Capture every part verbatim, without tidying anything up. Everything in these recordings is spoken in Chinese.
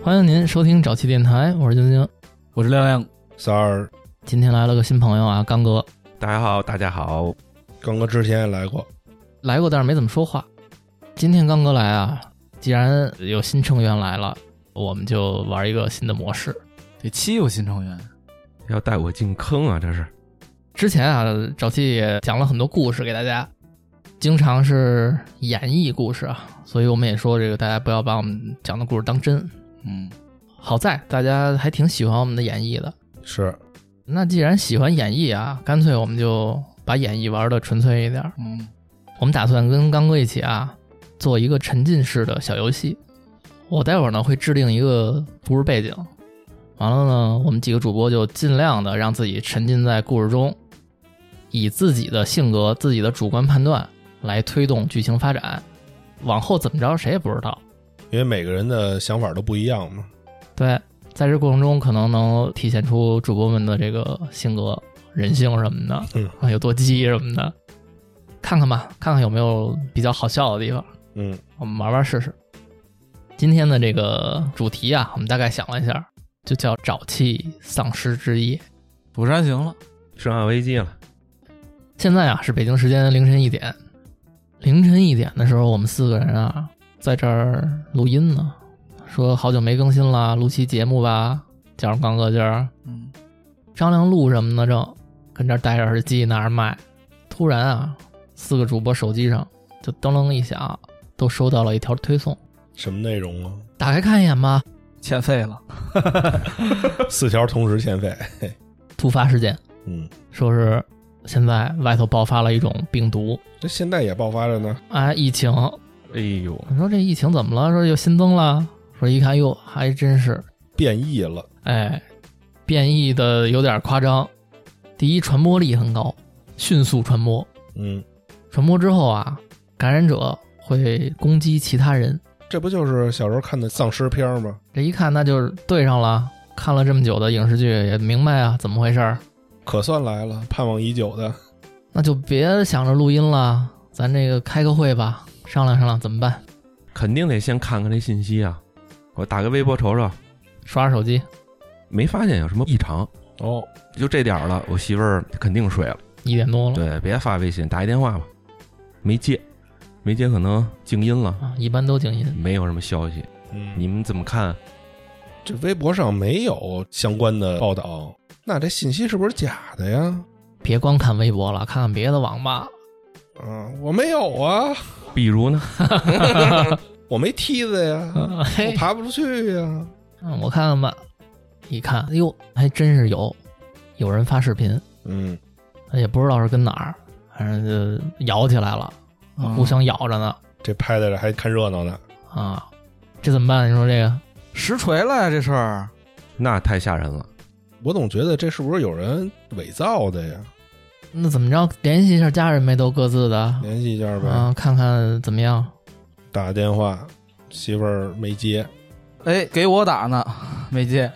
欢迎您收听早期电台，我是晶晶， 我是亮亮， 三儿。 今天来了个新朋友啊，刚哥。 大家好，大家好。 刚哥之前也来过， 来过但是没怎么说话。今天刚哥来啊，既然有新成员来了，我们就玩一个新的模式。 得欺负新成员， 要带我进坑啊！这是之前啊，早期也讲了很多故事给大家，经常是演绎故事啊，所以我们也说这个大家不要把我们讲的故事当真。 嗯， 好在大家还挺喜欢我们的演绎的。 是， 那既然喜欢演绎啊，干脆我们就把演绎玩的纯粹一点。 嗯， 我们打算跟刚哥一起啊，做一个沉浸式的小游戏。我待会儿呢会制定一个故事背景，完了呢，我们几个主播就尽量的让自己沉浸在故事中，以自己的性格、自己的主观判断来推动剧情发展。往后怎么着谁也不知道， 因为每个人的想法都不一样嘛。 对，在这过程中可能能体现出主播们的这个性格、人性什么的， 嗯， 有多鸡什么的，看看吧，看看有没有比较好笑的地方。 嗯， 我们玩玩试试。今天的这个主题啊，我们大概想了一下，就叫沼气丧尸之夜。 釜山行了， 生化危机了。 现在啊是北京时间凌晨一点，凌晨一点的时候，我们四个人啊在这儿录音呢，说好久没更新了，录期节目吧，叫上刚哥这儿， 嗯， 商量录什么呢？正跟这儿戴着耳机拿着麦，突然啊，四个主播手机上就噔楞一响，都收到了一条推送。 什么内容啊？ 打开看一眼吧， 欠费了， 四条同时欠费。 突发事件， 嗯， 说是现在外头爆发了一种病毒， 这现在也爆发着呢。 哎，疫情。 哎呦， 你说这疫情怎么了？说又新增了。说一看，哟，还真是变异了。 哎，变异的有点夸张。第一，传播力很高，迅速传播。 嗯， 传播之后啊，感染者会攻击其他人。 这不就是小时候看的丧尸片吗？ 这一看那就是对上了，看了这么久的影视剧也明白啊怎么回事。 可算来了，盼望已久的。 那就别想着录音了，咱这个开个会吧，商量商量怎么办。 肯定得先看看这信息啊！我打个微博瞅瞅， 刷手机， 没发现有什么异常。 哦， 就这点了，我媳妇儿肯定睡了。 一点多了。 对，别发微信，打一电话吧。没接，没接，可能静音了啊，一般都静音， 没有什么消息。 嗯， 你们怎么看？ 这微博上没有相关的报道，那这信息是不是假的呀？ 别光看微博了，看看别的网吧。 啊，我没有啊。 比如呢？ 我没梯子呀， 我爬不出去呀。 嗯，我看看吧。一看，哎呦，还真是有，有人发视频， 嗯， 也不知道是跟哪儿，反正就摇起来了， 嗯、 互相咬着呢。 这拍的还看热闹呢。 啊，这怎么办？你说这个实锤了呀，这事儿， 那太吓人了。 我总觉得这是不是有人伪造的呀？ 那怎么着？联系一下家人没？都各自的联系一下呗， 啊，看看怎么样。 打电话，媳妇儿没接。 哎，给我打呢，没接。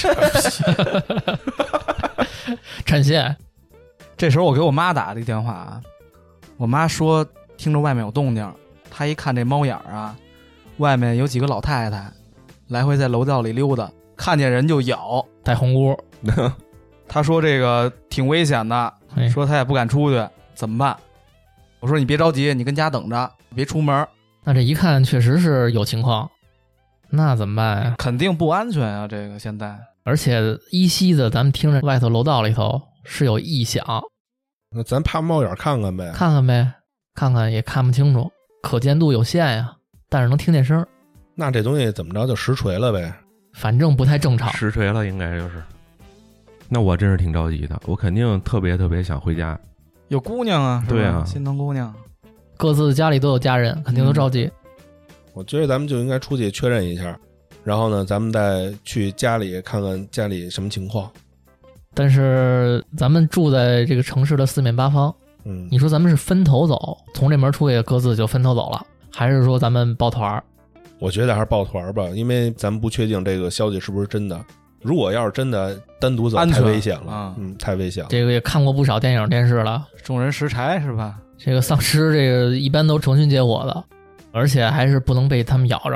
占线。 这时候我给我妈打了一电话，我妈说听着外面有动静，她一看这猫眼啊，外面有几个老太太来回在楼道里溜达，看见人就咬， 带红箍。 她说这个挺危险的，说她也不敢出去，怎么办？我说你别着急，你跟家等着，别出门。 那这一看确实是有情况，那怎么办呀？ 肯定不安全啊，这个现在。 而且依稀的咱们听着外头楼道里头是有异响， 那咱趴猫眼看看呗。 看看呗，看看也看不清楚，可见度有限呀，但是能听见声。 那这东西怎么着就实锤了呗？ 反正不太正常。 实锤了应该就是。那我真是挺着急的，我肯定特别特别想回家。 有姑娘啊，是吧？ 对啊， 心疼姑娘。 各自家里都有家人，肯定都着急。 嗯、我觉得咱们就应该出去确认一下，然后呢，咱们再去家里看看家里什么情况。 但是咱们住在这个城市的四面八方， 嗯， 你说咱们是分头走，从这门出去各自就分头走了，还是说咱们抱团？ 我觉得还是抱团吧，因为咱们不确定这个消息是不是真的。如果要是真的单独走，太危险了， 啊、 嗯，太危险了。 这个也看过不少电影电视了， 众人拾柴是吧？ 这个丧尸这个一般都成群结伙的，而且还是不能被他们咬着。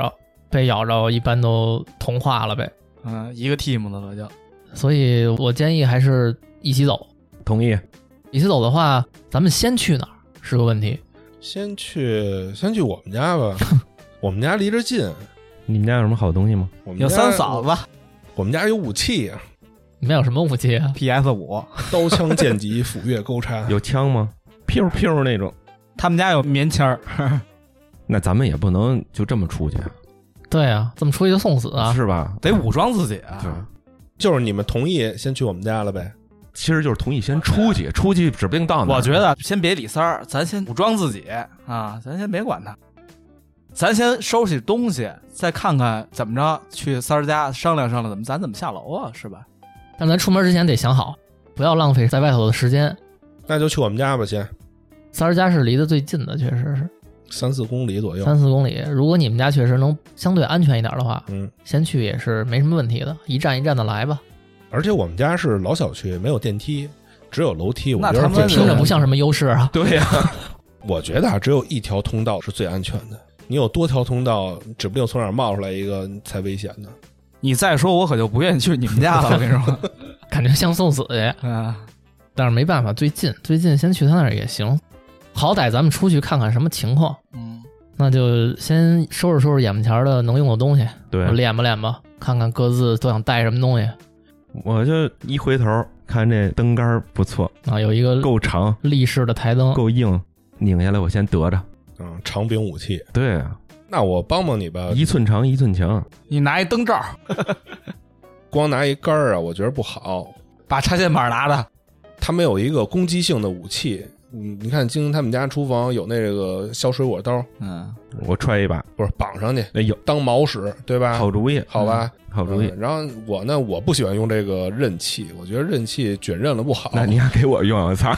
被咬着一般都同化了呗。 嗯，一个 team 的了就。 所以我建议还是一起走。 同意。 一起走的话，咱们先去哪儿是个问题。 先去先去我们家吧，我们家离着近。 你们家有什么好东西吗？ 我们家有三嫂子， 我们家有武器啊， 你们有什么武器啊 ？P S 五， 刀枪剑戟斧钺钩叉。 有枪吗？飘飘那种。 他们家有棉签儿。 那咱们也不能就这么出去啊。 对啊，这么出去就送死啊， 是吧？ 得武装自己啊。 对， 就是你们同意先去我们家了呗？ 其实就是同意先出去，出去指不定到哪。 我觉得先别理三儿，咱先武装自己啊，咱先别管他，咱先收拾东西，再看看怎么着去三儿家商量商量，怎么咱怎么下楼啊，是吧？ 但咱出门之前得想好，不要浪费在外头的时间。 那就去我们家吧，先。 三儿家是离得最近的，确实是三四公里左右。 三四公里，如果你们家确实能相对安全一点的话， 嗯， 先去也是没什么问题的，一站一站的来吧。 而且我们家是老小区，没有电梯，只有楼梯。我那觉得他们听着不像什么优势啊。 对呀、啊， 我觉得啊，只有一条通道是最安全的。你有多条通道，指不定从哪儿冒出来一个才危险呢。 你再说，我可就不愿意去你们家了。我跟你说， 感觉像送死去。 啊， 但是没办法，最近最近先去他那儿也行，好歹咱们出去看看什么情况。 嗯， 那就先收拾收拾眼巴前的能用的东西， 对， 练吧练吧，看看各自都想带什么东西。 我就一回头看这灯杆不错啊，有一个够长立式的台灯， 够硬，拧下来我先得着。 嗯，长柄武器。 对啊， 那我帮帮你吧。 一寸长一寸强。 你拿一灯罩， 光拿一杆儿啊，我觉得不好。 把插线板拿着。 他没有一个攻击性的武器。嗯，你看晶晶他们家厨房有那个削水果刀， 嗯， 我揣一把， 不是绑上去， 哎呦， 当矛使，对吧？ 好主意， 好吧， 嗯、好主意、 嗯。然后我呢，我不喜欢用这个刃器，我觉得刃器卷刃了不好。 那你还给我用，我操！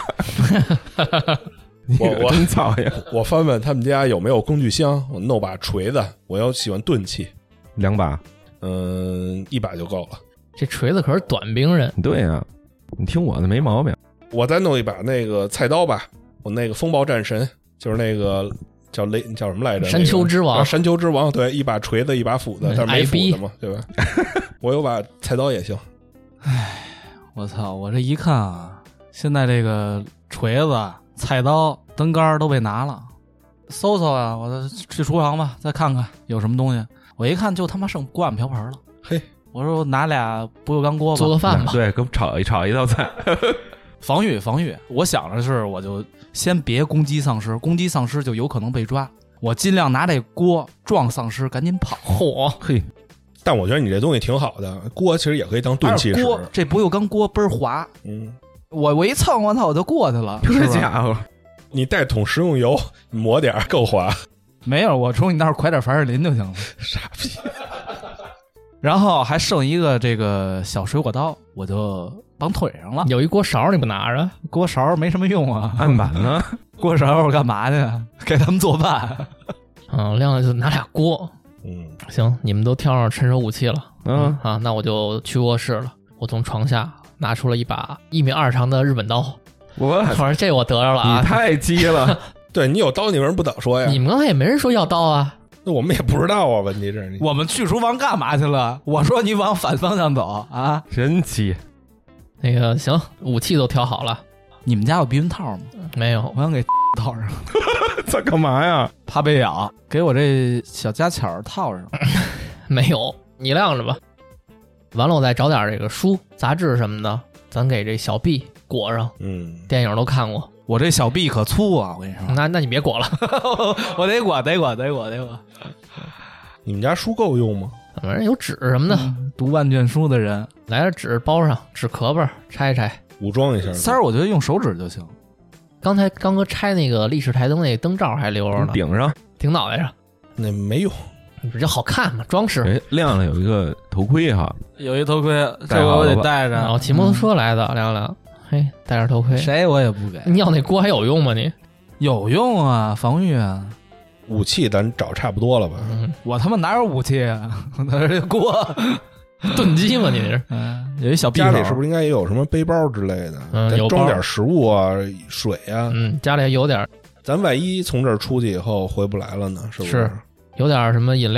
我我真操呀！ 我翻问他们家有没有工具箱，我弄把锤子，我要喜欢钝器， 两把， 嗯，一把就够了。 这锤子可是短兵刃。 对呀、啊，你听我的没毛病。 我再弄一把那个菜刀吧，我那个风暴战神，就是那个叫雷叫什么来着？ 山丘之王， 那个、山丘之王，对，一把锤子，一把斧子，但是没斧子嘛，对吧？我有把菜刀也行。 唉，我操！我这一看啊，现在这个锤子、菜刀、灯杆都被拿了，搜搜啊！我去厨房吧，再看看有什么东西。我一看，就他妈剩锅碗瓢盆了。 嘿， 我说我拿俩不锈钢锅吧， 做个饭吧。 对，给我炒一炒一道菜。 防御防御，我想的是，我就先别攻击丧尸，攻击丧尸就有可能被抓。我尽量拿这锅撞丧尸，赶紧跑。 嚯， 嘿！ 但我觉得你这东西挺好的，锅其实也可以当钝器使。 锅这不锈钢锅倍儿滑， 嗯， 我我一蹭，我操，我就过去了。 这家伙， 你带桶食用油抹点够滑。 没有，我从你那儿蒯点凡士林就行了。 傻逼。 然后还剩一个这个小水果刀，我就绑腿上了。 有一锅勺你不拿着？ 锅勺没什么用啊。 案板呢？ 锅勺我干嘛去？给他们做饭。 嗯，亮亮就拿俩锅。 嗯， 行，你们都挑上趁手武器了。 嗯啊，那我就去卧室了。我从床下拿出了一把一米二长的日本刀。 我我说这我得着了啊！ 你太鸡了。 对你有刀，你为什么不早说呀？ 你们刚才也没人说要刀啊。 那我们也不知道啊，问题是我们去厨房干嘛去了？我说你往反方向走啊！ 神奇。 那个行，武器都挑好了。 你们家有避孕套吗？ 没有， 我想给套上。 这干嘛呀？ 怕被咬，给我这小家巧套上。 没有，你晾着吧。完了，我再找点这个书、杂志什么的，咱给这小臂裹上。 嗯， 电影都看过。 我这小臂可粗啊！我跟你说， 那那你别裹了， 我得裹，得裹，得裹，得裹。 你们家书够用吗？ 反正有纸什么的， 嗯、读万卷书的人， 来点纸包上，纸壳儿拆拆， 武装一下。 三儿，我觉得用手指就行。 刚才刚哥拆那个立式台灯那灯罩还留着呢， 顶上， 顶脑袋上， 那没用， 你不就好看吗？装饰。 哎，亮亮有一个头盔哈， 有一头盔，这我得戴着。 然后骑摩托车来的，亮亮。嘿，戴点头盔， 谁我也不给。 你要那锅还有用吗？你有用啊，防御啊。 武器咱找差不多了吧？ 嗯， 我他妈哪有武器啊？我这锅炖鸡吗？你这是？ 嗯，有一小匕首。 家里是不是应该也有什么背包之类的？ 嗯，有装点食物啊、水啊。 嗯，家里有点。 咱万一从这儿出去以后回不来了呢？是不是？ 是有点什么饮料，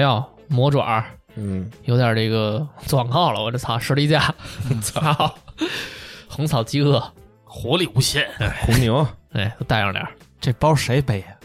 魔爪， 嗯， 有点这个做广告了，我这操，士力架，操，横扫饥饿， 活力无限。 红牛， 哎，都带上点儿。 这包谁背呀？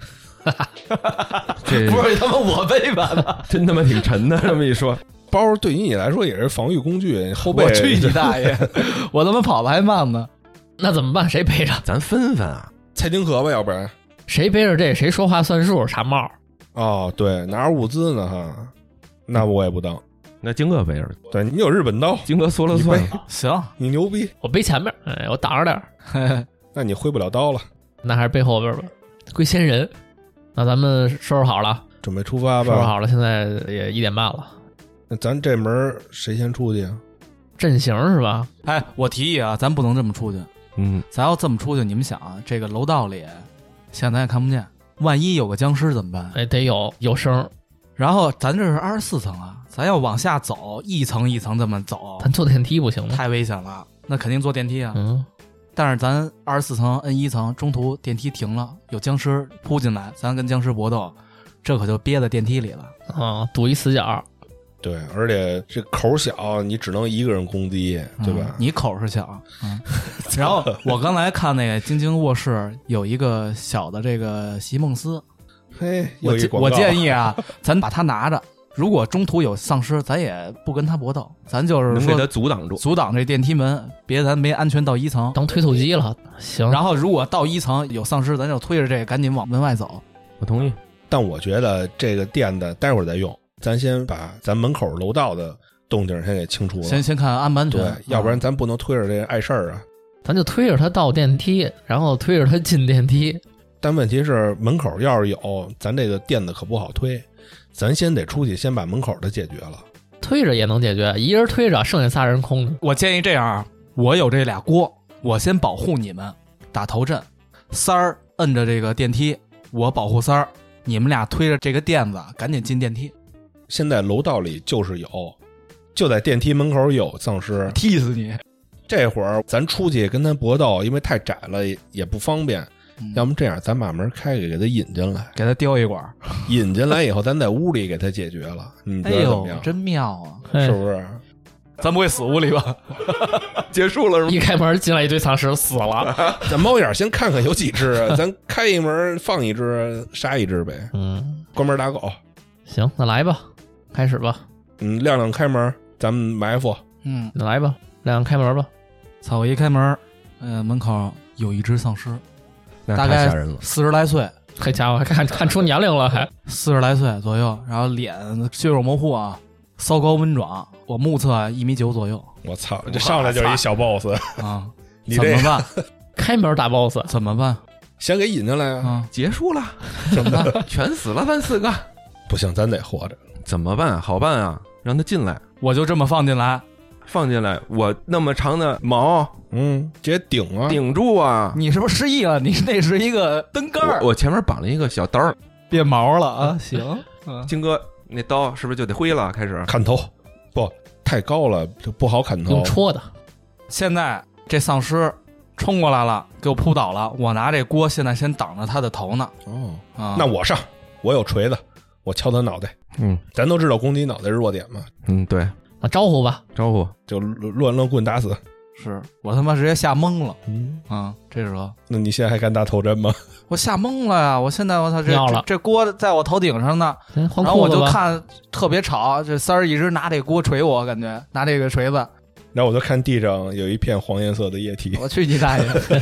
这不是他妈我背吧的， 真他妈挺沉的，这么一说， 包对于你来说也是防御工具，后背我去你大爷！我他妈跑得还慢呢。 那怎么办？谁背着？ 咱分分啊， 蔡丁壳吧，要不然谁背着这谁说话算数？茶帽， 哦，对，拿着物资呢哈，那我也不当。 那金哥背着， 对你有日本刀， 金哥说了你算背， 行， 你牛逼， 我背前面，哎，我挡着点儿， 那你挥不了刀了。 那还是背后边吧，归先人。那咱们收拾好了， 准备出发吧。 收拾好了，现在也一点半了。 那咱这门谁先出去啊？ 阵型是吧？ 哎，我提议啊，咱不能这么出去， 嗯， 咱要这么出去，你们想啊，这个楼道里现在咱也看不见，万一有个僵尸怎么办？ 哎，得有有声。 然后咱这是二十四层啊，咱要往下走，一层一层这么走， 咱坐电梯不行吗？ 太危险了。那肯定坐电梯啊。 嗯， 但是咱二十四层摁一层，中途电梯停了，有僵尸扑进来，咱跟僵尸搏斗，这可就憋在电梯里了。 啊，堵一死角。 对，而且这口小，你只能一个人攻击，对吧？ 嗯、你口是小，嗯。然后我刚才看那个晶晶卧室有一个小的这个席梦思， 嘿， 我有一广告我建议啊，咱把它拿着。如果中途有丧尸，咱也不跟他搏斗，咱就是能给他说阻挡住， 阻挡这电梯门，别咱没安全到一层。 当推土机了，行。 然后如果到一层有丧尸，咱就推着这个赶紧往门外走。 我同意。 但我觉得这个电的待会儿再用，咱先把咱门口楼道的动静先给清除了。 先先看安不安全， 对，要不然咱不能推着这碍事儿啊。 咱就推着他到电梯，然后推着他进电梯。 但问题是门口要是有，咱这个电的可不好推，咱先得出去先把门口的解决了。 推着也能解决，一人推着，剩下仨人空着。 我建议这样，我有这俩锅，我先保护你们，打头阵。三儿摁着这个电梯，我保护三儿，你们俩推着这个垫子，赶紧进电梯。 现在楼道里就是有，就在电梯门口有丧尸， 踢死你！ 这会儿咱出去跟他搏斗，因为太窄了也不方便。 嗯、 要么这样，咱把门开开，给他引进来， 给他叼一管， 引进来以后，咱在屋里给他解决了。你觉得怎么样？ 哎、真妙啊！ 是不是？ 咱不会死屋里吧？结束了是吗？ 一开门进来一堆丧尸，死了。 咱猫眼先看看有几只，咱开一门放一只，杀一只呗。 嗯， 关门打狗。 行，那来吧，开始吧。 嗯，亮亮开门，咱们埋伏。 嗯， 那来吧，亮亮开门吧。 操！我一开门，呃，门口有一只丧尸。 那大概太吓人了， 四十来岁， 这家伙还看看出年龄了，还四十来岁左右，然后脸血肉模糊啊，骚高温壮，我目测一米九左右。 我操，这上来就是一小 boss 啊！ 你这怎么办？ 开门打 boss 怎么办？ 先给引进来啊！ 啊， 结束了， 怎么办？ 全死了，咱四个不行，咱得活着。 怎么办？好办啊，让他进来， 我就这么放进来。 放进来，我那么长的毛， 嗯，直接顶啊， 顶住啊！ 你是不是失忆了？你那是一个灯杆儿， 我前面绑了一个小刀， 变毛了啊！行， 金哥那刀是不是就得挥了？开始砍头，不太高了就不好砍头， 用戳的。 现在这丧尸冲过来了，给我扑倒了，我拿这锅现在先挡着他的头呢。 哦， 啊， 那我上，我有锤子，我敲他脑袋。 嗯， 咱都知道攻击脑袋是弱点嘛。 嗯，对， 那招呼吧， 招呼就乱乱棍打死。 是我他妈直接吓懵了。 嗯啊，这时候那你现在还敢打头针吗？ 我吓懵了呀！我现在我操，这尿了这这锅在我头顶上呢， 先换然后我裤子吧。 就看特别吵，这三儿一直拿这锅锤我，感觉拿这个锤子， 然后我就看地上有一片黄颜色的液体。 我去你大爷！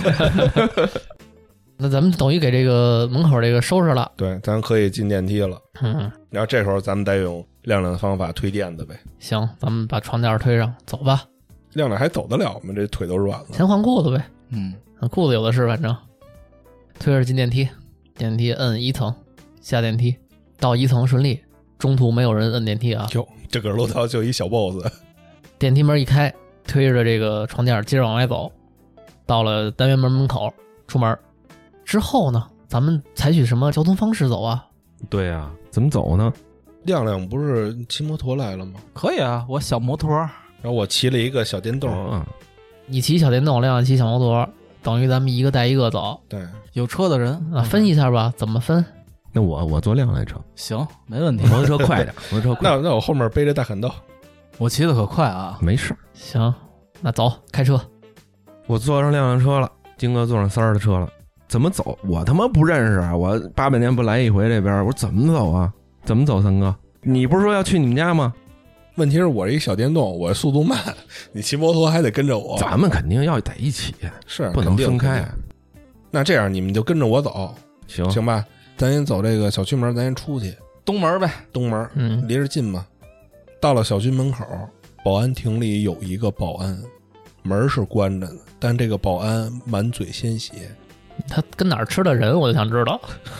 那咱们等于给这个门口这个收拾了。 对，咱可以进电梯了。 嗯， 然后这时候咱们再用亮亮的方法推垫子呗。 行，咱们把床垫推上，走吧。 亮亮还走得了吗？这腿都软了。 先换裤子呗， 嗯， 裤子有的是，反正推着进电梯，电梯摁一层，下电梯，到一层顺利，中途没有人摁电梯啊。 哟，这个楼道就一小 boss。 电梯门一开，推着这个床垫接着往外走，到了单元门门口，出门之后呢，咱们采取什么交通方式走啊？ 对啊，怎么走呢？ 亮亮不是骑摩托来了吗？ 可以啊，我小摩托， 然后我骑了一个小电动。 哦你骑小电动，亮亮骑小摩托，等于咱们一个带一个走。 对， 有车的人啊，分一下吧，怎么分？ 那我我坐亮来车， 行，没问题。 摩托车快点，摩托车快。 那那我后面背着大砍刀， 我骑的可快啊， 没事。 行，那走，开车。 我坐上亮亮车了，金哥坐上三儿的车了。怎么走？我他妈不认识啊！我八百年不来一回这边，我说怎么走啊？怎么走，三哥？你不是说要去你们家吗？ 问题是我是一小电动，我速度慢，你骑摩托还得跟着我。 咱们肯定要在一起， 是不能分开。 那这样你们就跟着我走， 行行吧？咱先走这个小区门，咱先出去东门呗。 东门， 嗯， 离着近嘛。到了小区门口，保安亭里有一个保安，门是关着的，但这个保安满嘴鲜血。 他跟哪儿吃的人，我就想知道。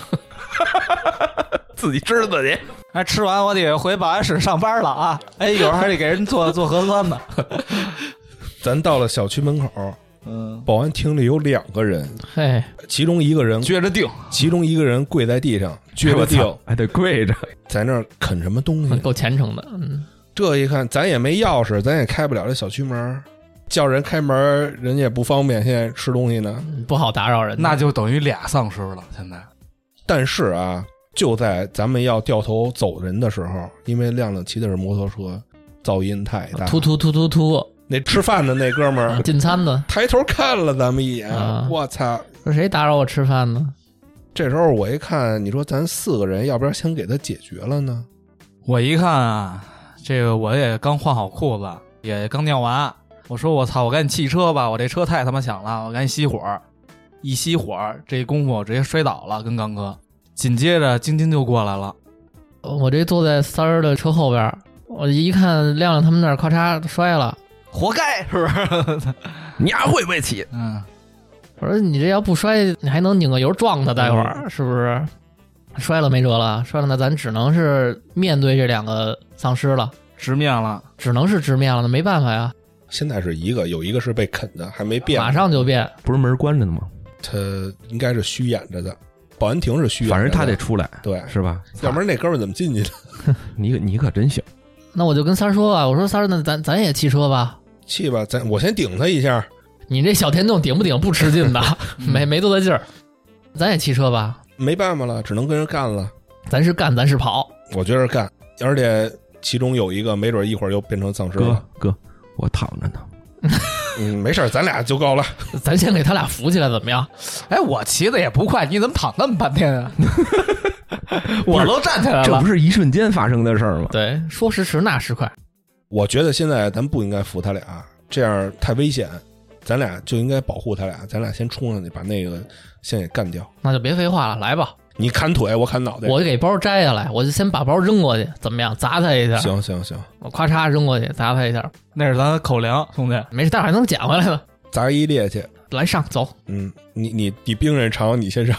自己知道去。 哎，吃完我得回保安室上班了啊！哎，一会儿还得给人做做核酸呢。 咱到了小区门口， 嗯， 保安厅里有两个人， 嘿， 其中一个人撅着腚， 其中一个人跪在地上，撅着腚， 还得跪着， 在那儿啃什么东西， 够虔诚的。嗯， 这一看，咱也没钥匙，咱也开不了这小区门，叫人开门，人家也不方便，现在吃东西呢， 不好打扰人。 那就等于俩丧尸了。现在， 但是啊，就在咱们要掉头走人的时候，因为亮亮骑的是摩托车，噪音太大， 突突突突突， 那吃饭的那哥们儿进餐的抬头看了咱们一眼， 啊我操！ 说谁打扰我吃饭呢？ 这时候我一看，你说咱四个人，要不然先给他解决了呢？ 我一看啊，这个我也刚换好裤子，也刚尿完，我说我操，我赶紧汽车吧，我这车太他妈响了，我赶紧熄火。一熄火，这一功夫我直接摔倒了，跟刚哥。紧接着晶晶就过来了， 我这坐在三儿的车后边，我一看亮亮他们那儿咔嚓摔了， 活该是不是？ 你丫会不会骑？ 嗯， 我说你这要不摔，你还能拧个油撞他，待会儿、嗯、是不是？摔了没辙了，摔了那咱只能是面对这两个丧尸了， 直面了， 只能是直面了，那没办法呀。 现在是一个，有一个是被啃的，还没变， 马上就变， 不是门关着呢吗？ 他应该是虚掩着的。保安亭是虚掩着的， 反正他得出来， 对， 是吧？ 要不然那哥们怎么进去的？ 你你可真行。 那我就跟三儿说啊，我说三儿，那咱咱也骑车吧， 骑吧，咱我先顶他一下。 你这小电动顶不顶不吃劲的，没没多大劲儿，咱也骑车吧。 没办法了，只能跟人干了。 咱是干，咱是跑。 我觉得干，而且其中有一个没准一会儿又变成丧尸了。 哥哥，我躺着呢。 嗯，没事，咱俩就够了。 咱先给他俩扶起来，怎么样？ 哎，我骑的也不快，你怎么躺那么半天啊？我都站起来了， 这不是一瞬间发生的事儿吗？ 对，说时迟，那时快。 我觉得现在咱不应该扶他俩，这样太危险。咱俩就应该保护他俩，咱俩先冲上去把那个先给干掉。 那就别废话了，来吧。 你砍腿，我砍脑袋。 我就给包摘下来，我就先把包扔过去，怎么样？砸他一下。 行行行， 我咔嚓扔过去，砸他一下。 那是咱口粮，兄弟。 没事，待会儿还能捡回来的。 砸一趔趄， 来上走。 嗯，你你你兵刃长，你先上。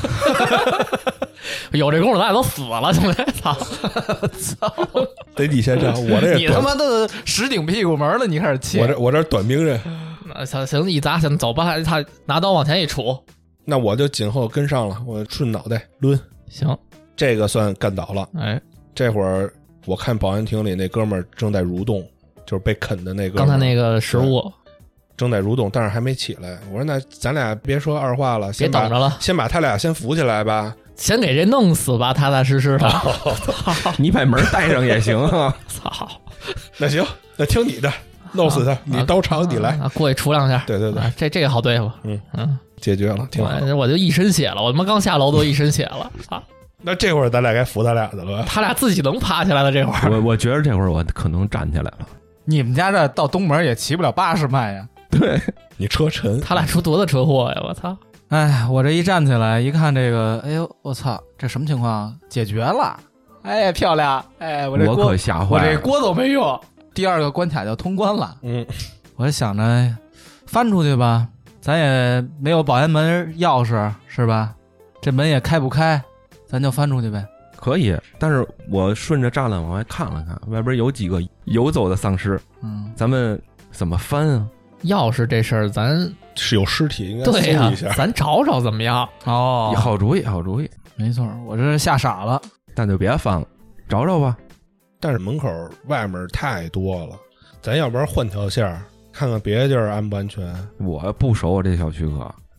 有这功夫咱俩都死了，兄弟！操操！ 得你先上，我这你他妈的石顶屁股门了，你开始切。 我这我这短兵刃。 那行行，一砸行走吧，他拿刀往前一杵。 那我就紧后跟上了，我顺脑袋抡。 行， 这个算干倒了。 哎， 这会儿我看保安亭里那哥们儿正在蠕动，就是被啃的那个。 刚才那个食物正在蠕动，但是还没起来。我说那咱俩别说二话了， 别等着了， 先把他俩先扶起来吧， 先给这弄死吧，踏踏实实的。 你把门带上也行啊！ 操， 那行，那听你的，弄死他，啊、你刀长，啊、你来、 啊，过去杵两下。 对对对， 啊、这这个好对付。 嗯嗯。 解决了，挺好。 我, 我就一身血了，我他妈刚下楼都一身血了啊！ 那这会儿咱俩该扶他俩的了。 他俩自己能爬起来的这会儿， 我我觉得这会儿我可能站起来了。 你们家这到东门也骑不了八十迈呀？ 对， 你车沉。 他俩出多大车祸呀！我操！ 哎，我这一站起来一看这个，哎呦，我操，这什么情况？解决了！哎，漂亮！哎，我这我可吓坏了， 我这锅都没用。第二个关卡就通关了。 嗯， 我就想着翻出去吧。咱也没有保安门钥匙是吧？这门也开不开，咱就翻出去呗。 可以，但是我顺着栅栏往外看了看，外边有几个游走的丧尸。 嗯， 咱们怎么翻啊？ 钥匙这事儿，咱是有尸体，应该对呀、 啊， 咱找找怎么样？ 哦， 好主意，好主意， 没错，我这吓傻了。 但就别翻了，找找吧。 但是门口外面太多了，咱要不然换条线儿。看看别的地儿安不安全？ 我不熟我这小区可，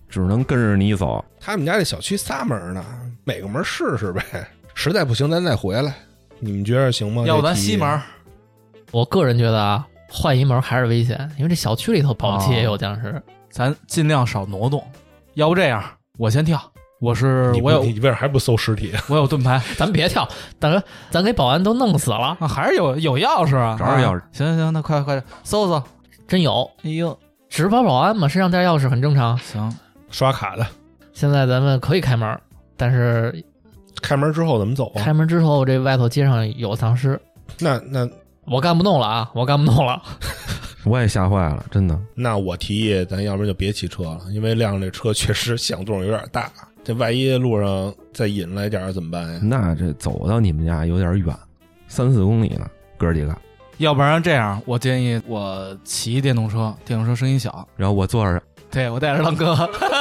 只能跟着你走。 他们家这小区仨门呢，每个门试试呗，实在不行咱再回来。你们觉得行吗？ 要不咱西门？ 我个人觉得啊，换一门还是危险，因为这小区里头保不齐也有僵尸。 咱尽量少挪动，要不这样，我先跳。我是你我有， 你为啥还不搜尸体？ 我有盾牌， 咱别跳，大哥，咱给保安都弄死了， 啊、还是有有钥匙啊？ 找着钥匙。 啊行行行，那快快搜搜。 真有。 哎呦， 只保保安嘛，身上带钥匙很正常。 行， 刷卡的。 现在咱们可以开门，但是开门之后怎么走啊？ 开门之后，这外头街上有丧尸。 那那我干不动了啊！我干不动了。 我也吓坏了，真的。 那我提议，咱要不然就别骑车了，因为亮这车确实响动有点大。这万一路上再引来点怎么办呀？ 那这走到你们家有点远，三四公里呢，哥几个。 要不然这样，我建议我骑电动车，电动车声音小， 然后我坐着， 对我带着浪哥，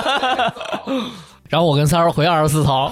然后我跟三儿回二十四层，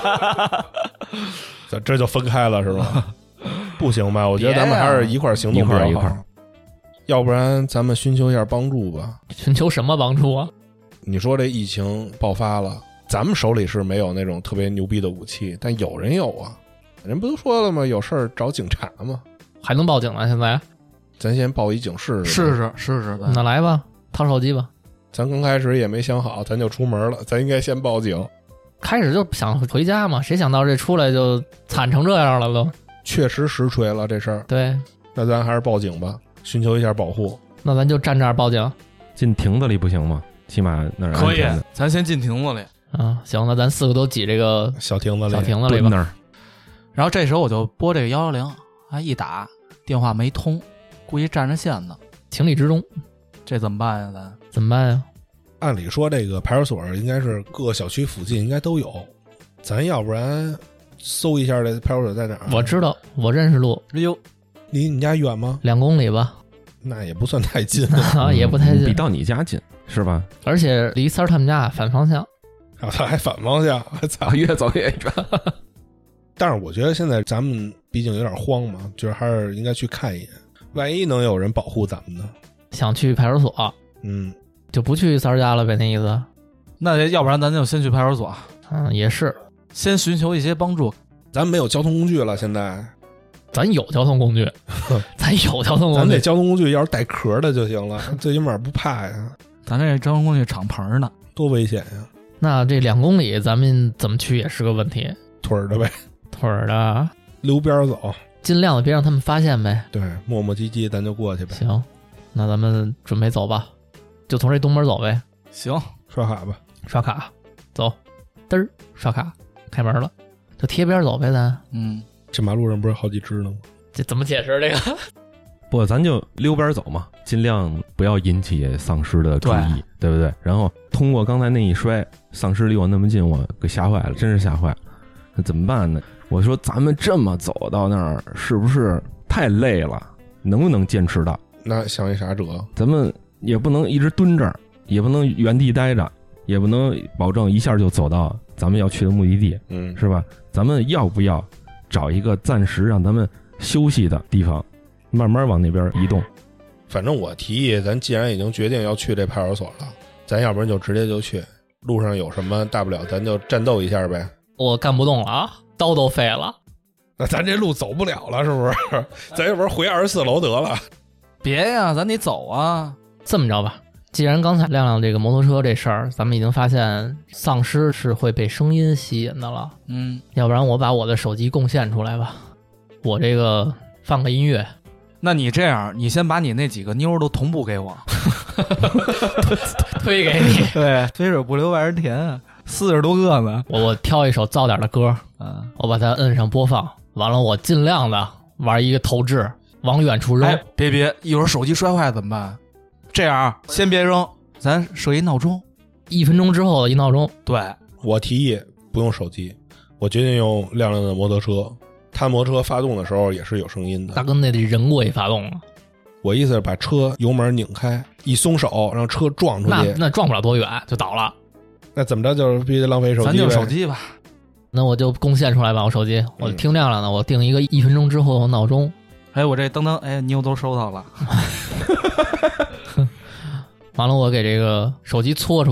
这这就分开了是吧？不行吧？我觉得咱们还是一块儿行动一比较好， 块儿一块儿。 要不然咱们寻求一下帮助吧。 寻求什么帮助啊？ 你说这疫情爆发了，咱们手里是没有那种特别牛逼的武器，但有人有啊。人不都说了吗？有事儿找警察吗？ 还能报警呢？现在咱先报一警试试， 试试试试。 那来吧，掏手机吧。 咱刚开始也没想好，咱就出门了，咱应该先报警。 开始就想回家嘛，谁想到这出来就惨成这样了都。 确实实锤了这事儿， 对， 那咱还是报警吧，寻求一下保护。 那咱就站这儿报警。 进亭子里不行吗？起码那儿可以安全的， 咱先进亭子里。 啊，行，那咱四个都挤这个小亭子里， 小亭子里吧。 蹲那儿。 然后这时候我就拨这个幺幺零，啊，一打电话没通，估计占着线呢。 情理之中， 这怎么办呀？咱怎么办呀？ 按理说这个派出所应该是各个小区附近应该都有，咱要不然搜一下这派出所在哪儿？ 我知道，我认识路， 哎呦， 离你家远吗？ 两公里吧， 那也不算太近啊，也不太近， 比到你家近是吧？ 而且离三儿他们家反方向。 啊，他还反方向，我操， 越走越远。 但是我觉得现在咱们毕竟有点慌嘛，就是还是应该去看一眼，万一能有人保护咱们呢？ 想去派出所， 嗯， 就不去三儿家了呗，那意思。 那要不然咱就先去派出所， 嗯，也是， 先寻求一些帮助。 咱没有交通工具了，现在咱有交通工具，咱有交通工具， 咱这交通工具要是带壳的就行了，最起码不怕呀。 咱这交通工具敞篷呢， 多危险呀！ 那这两公里咱们怎么去也是个问题。 腿儿的呗， 腿儿的， 溜边儿走， 尽量的别让他们发现呗。 对，磨磨唧唧咱就过去呗。 行，那咱们准备走吧，就从这东门走呗。 行， 刷卡吧， 刷卡，走，嘚儿刷卡，开门了，就贴边走呗，咱。 嗯， 这马路上不是好几只呢吗？ 这怎么解释这个？ 不，咱就溜边走嘛，尽量不要引起丧尸的注意， 对, 对不对？然后通过刚才那一摔，丧尸离我那么近，我给吓坏了，真是吓坏了。那怎么办呢？我说咱们这么走到那儿，是不是太累了？能不能坚持到？ 那想一啥辙？ 咱们也不能一直蹲这儿，也不能原地待着，也不能保证一下就走到咱们要去的目的地， 嗯， 是吧？咱们要不要找一个暂时让咱们休息的地方？慢慢往那边移动。 反正我提议，咱既然已经决定要去这派出所了，咱要不然就直接就去。路上有什么大不了，咱就战斗一下呗。 我干不动了啊，刀都废了。 那咱这路走不了了，是不是？咱要不然回二十四楼得了。 别呀，咱得走啊。 这么着吧，既然刚才亮亮这个摩托车这事儿，咱们已经发现丧尸是会被声音吸引的了。 嗯， 要不然我把我的手机贡献出来吧，我这个放个音乐。 那你这样，你先把你那几个妞都同步给我， 推给你。 对，肥水不流外人田啊，四十多个呢。 我我挑一首燥点的歌， 嗯， 我把它摁上播放，完了我尽量的玩一个投掷，往远处扔。 哎，别别，一会儿手机摔坏怎么办？这样，先别扔，咱设一闹钟， 一分钟之后的一闹钟。 对， 我提议不用手机，我决定用亮亮的摩托车。他摩托车发动的时候也是有声音的， 大哥那得人过去发动了。 我意思是把车油门拧开，一松手让车撞出去， 那那撞不了多远就倒了。 那怎么着就是必须得浪费手机呗， 咱就手机吧。 那我就贡献出来吧，我手机，我听亮亮的，我定一个一分钟之后的闹钟。 哎，我这噔噔，哎，妞都收到了。 完了，我给这个手机搓出去，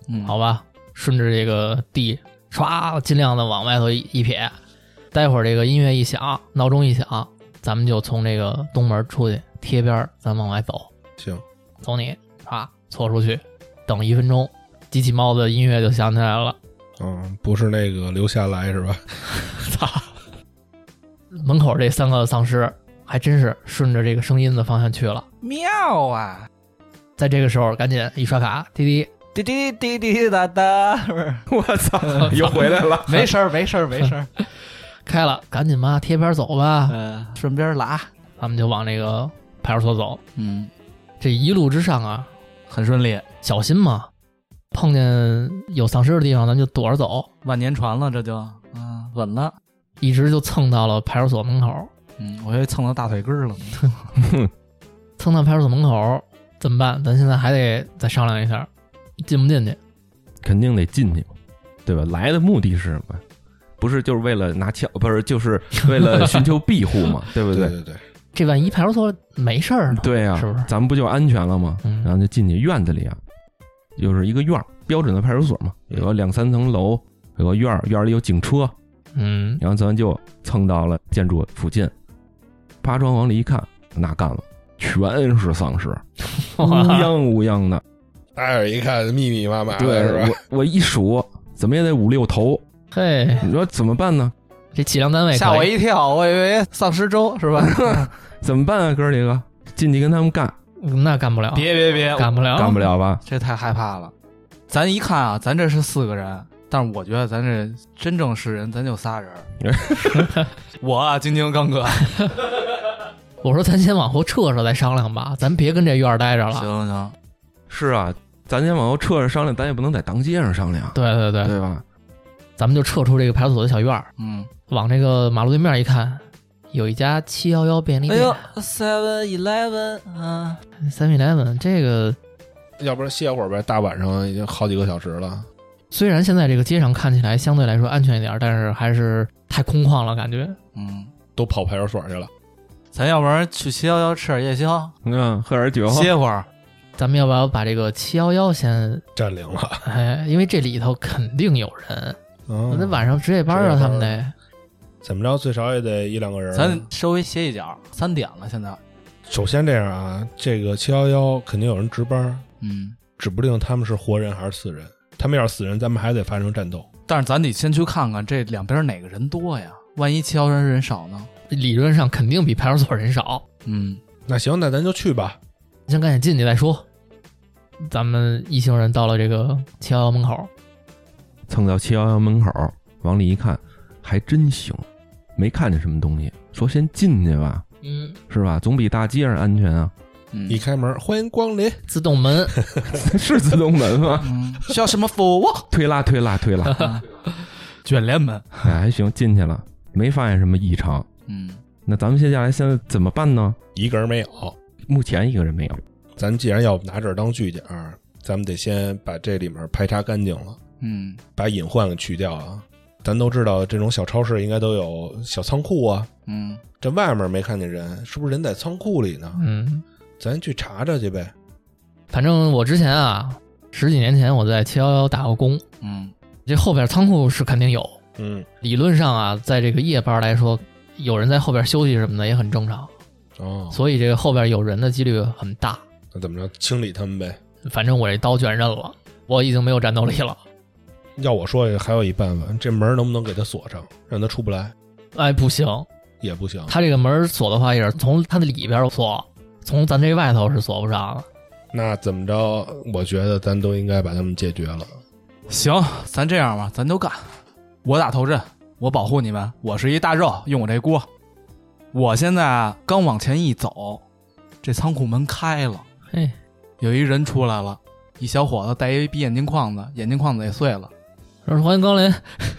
嗯， 好吧，顺着这个地唰尽量的往外头一一撇，待会儿这个音乐一响，闹钟一响，咱们就从这个东门出去贴边，咱往外走。 行， 走你啊，错出去，等一分钟，机器猫的音乐就响起来了。 嗯，不是那个留下来是吧？ 操！门口这三个丧尸还真是顺着这个声音的方向去了。 妙啊！ 在这个时候，赶紧一刷卡，滴滴滴滴滴滴哒哒， 我操，又回来了。 没事儿，没事儿，没事儿。 开了，赶紧吧，贴边走吧。 呃，顺便拉， 咱们就往那个派出所走。 嗯， 这一路之上啊， 很顺利， 小心嘛，碰见有丧尸的地方，咱就躲着走。 万年船了，这就啊、嗯，稳了。 一直就蹭到了派出所门口。 嗯，我以为蹭到大腿根儿了。 蹭到派出所门口怎么办？咱现在还得再商量一下，进不进去？ 肯定得进去，对吧？来的目的是什么？不是就是为了拿枪，不是就是为了寻求庇护嘛，对不对？ 对对对， 这万一派出所没事儿呢？ 对呀、啊， 是不是？ 咱们不就安全了吗？ 嗯、 然后就进去院子里啊，就是一个院儿，标准的派出所嘛，有个两三层楼，有个院儿，院儿里有警车， 嗯， 然后咱就蹭到了建筑附近，爬窗往里一看，那干了，全是丧尸，乌泱乌泱的。 大眼一看密密麻麻的， 对， 是吧？ 我我一数，怎么也得五六头。 嘿， 你说怎么办呢？ 这计量单位吓我一跳，我以为丧尸粥是吧？ 怎么办啊，哥几个进去跟他们干？ 那干不了， 别别别， 干不了， 干不了吧？ 这太害怕了。咱一看啊，咱这是四个人，但是我觉得咱这真正是人，咱就仨人。我啊，金金刚哥。 我说咱先往后撤撤再商量吧，咱别跟这院儿待着了。 行行， 是啊，咱先往后撤着商量，咱也不能在当街上商量， 对对对， 对吧？ 咱们就撤出这个派出所的小院儿， 嗯， 往这个马路对面一看，有一家七幺幺便利店。 哎呦 ，Seven Eleven 啊 ，Seven Eleven 这个， 要不然歇会儿呗，大晚上已经好几个小时了。 虽然现在这个街上看起来相对来说安全一点，但是还是太空旷了，感觉。 嗯， 都跑派出所去了。 咱要不然去七幺幺吃点夜宵， 嗯，喝点酒， 歇会儿。 咱们要不要把这个七幺幺先占领了？ 哎，因为这里头肯定有人， 哦那晚上值夜班啊，他们得怎么着，最少也得一两个人。 咱稍微歇一脚，三点了，现在。 首先这样啊，这个七幺幺肯定有人值班， 嗯， 指不定他们是活人还是死人。他们要是死人，咱们还得发生战斗。 但是咱得先去看看这两边哪个人多呀？万一七幺人人少呢？ 理论上肯定比派出所人少。 嗯， 那行，那咱就去吧。 先赶紧进去再说。咱们一行人到了这个七幺幺门口， 蹭到七幺幺门口，往里一看，还真行，没看见什么东西。说先进去吧， 嗯， 是吧？总比大街上安全啊。 嗯一开门，欢迎光临， 自动门是自动门吗？ 嗯，需要什么服务？ 推拉推拉推拉， 卷帘门。 哎，还行，进去了，没发现什么异常。 嗯， 那咱们接下来现在怎么办呢？ 一个人没有。 目前一个人没有。 咱既然要拿这儿当据点，咱们得先把这里面排查干净了， 嗯， 把隐患给去掉啊。咱都知道这种小超市应该都有小仓库啊， 嗯， 这外面没看见人，是不是人在仓库里呢？ 嗯， 咱去查查去呗。 反正我之前啊，十几年前我在七幺幺打过工， 嗯， 这后边仓库是肯定有。 嗯， 理论上啊，在这个夜班来说，有人在后边休息什么的也很正常。 哦， 所以这个后边有人的几率很大。 那怎么着，清理他们呗。 反正我这刀卷认了，我已经没有战斗力了。 要我说，还有一办法，这门能不能给他锁上，让他出不来？ 哎，不行， 也不行。 他这个门锁的话，也是从他的里边锁，从咱这外头是锁不上的。 那怎么着？我觉得咱都应该把他们解决了。 行，咱这样吧，咱就干。我打头阵，我保护你们。我是一大肉，用我这锅。我现在啊，刚往前一走，这仓库门开了， 嘿， 有一人出来了，一小伙子戴一鼻眼镜框子，眼镜框子也碎了。 说欢迎光临。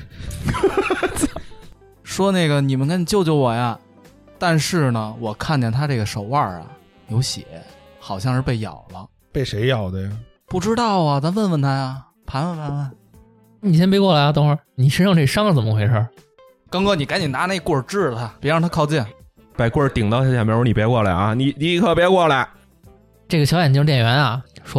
说那个你们赶紧救救我呀！但是呢，我看见他这个手腕啊有血，好像是被咬了。 被谁咬的呀？ 不知道啊，咱问问他呀，盘问盘问。 你先别过来啊，等会儿，你身上这伤是怎么回事？ 刚哥，你赶紧拿那棍儿支着他，别让他靠近。 把棍儿顶到他前面，我说你别过来啊，你你可别过来。 这个小眼镜店员啊说了，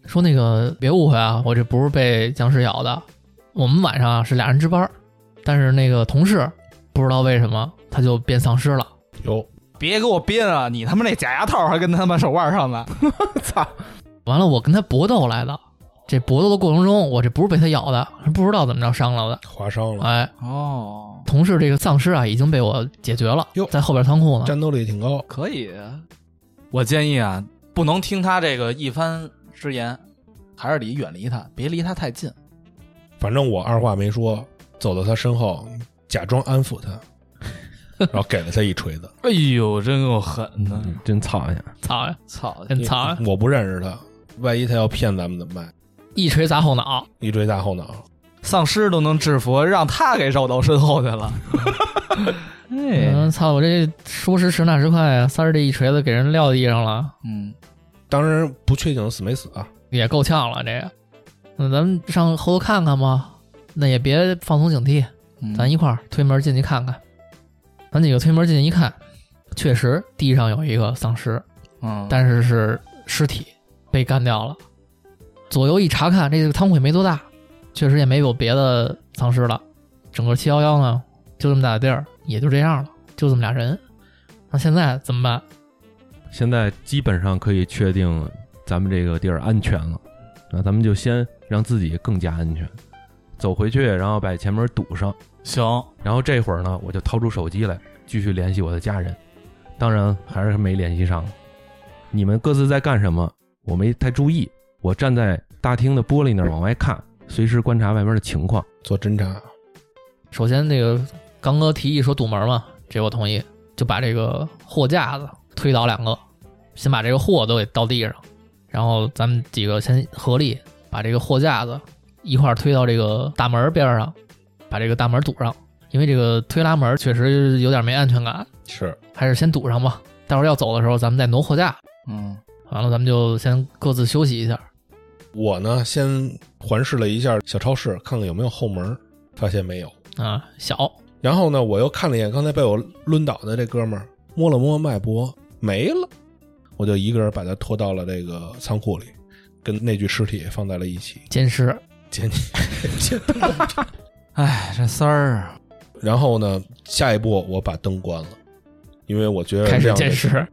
说那个别误会啊，我这不是被僵尸咬的，我们晚上啊是俩人值班，但是那个同事不知道为什么他就变丧尸了。 有， 别给我编啊！你他妈那假牙套还跟他妈手腕上呢！操！ 完了，我跟他搏斗来的，这搏斗的过程中，我这不是被他咬的，是不知道怎么着伤了的， 划伤了。 哎， 哦， 同事这个丧尸啊已经被我解决了，在后边仓库呢， 战斗力挺高， 可以。我建议啊，不能听他这个一番之言，还是得远离他，别离他太近。 反正我二话没说，走到他身后，假装安抚他，然后给了他一锤子。 哎呦，真够狠的， 嗯、真操呀！ 操呀， 操， 真操呀！ 我不认识他，万一他要骗咱们怎么办？ 一锤砸后脑， 一锤砸后脑， 丧尸都能制服，让他给绕到身后去了。哎， 嗯，操！我这说时迟那时快啊，三儿这一锤子给人撂地上了。 嗯， 当然不确定死没死啊， 也够呛了这个。那咱们上后头看看吧，那也别放松警惕， 嗯、 咱一块儿推门进去看看。咱几个推门进去一看，确实地上有一个丧尸， 嗯， 但是是尸体被干掉了。左右一查看，这个仓库也没多大，确实也没有别的丧尸了。整个七一一呢，就这么大的地儿，也就这样了，就这么俩人。那现在怎么办？ 现在基本上可以确定咱们这个地儿安全了，那咱们就先让自己更加安全，走回去，然后把前门堵上。 行， 然后这会儿呢，我就掏出手机来，继续联系我的家人。当然还是没联系上。你们各自在干什么？我没太注意。我站在大厅的玻璃那儿往外看，随时观察外面的情况， 做侦查。 首先，这个刚哥提议说堵门嘛，这我同意，就把这个货架子推倒两个，先把这个货都给倒地上，然后咱们几个先合力把这个货架子一块推到这个大门边上，把这个大门堵上。因为这个推拉门确实有点没安全感， 是， 还是先堵上吧。待会儿要走的时候，咱们再挪货架。 嗯， 完了咱们就先各自休息一下。 我呢，先环视了一下小超市，看看有没有后门，发现没有啊，小。 然后呢，我又看了一眼刚才被我抡倒的这哥们儿，摸了摸脉搏，没了。我就一个人把他拖到了这个仓库里，跟那具尸体放在了一起。 奸尸， 奸奸。 哎，这三儿。 然后呢，下一步我把灯关了，因为我觉得开始监视。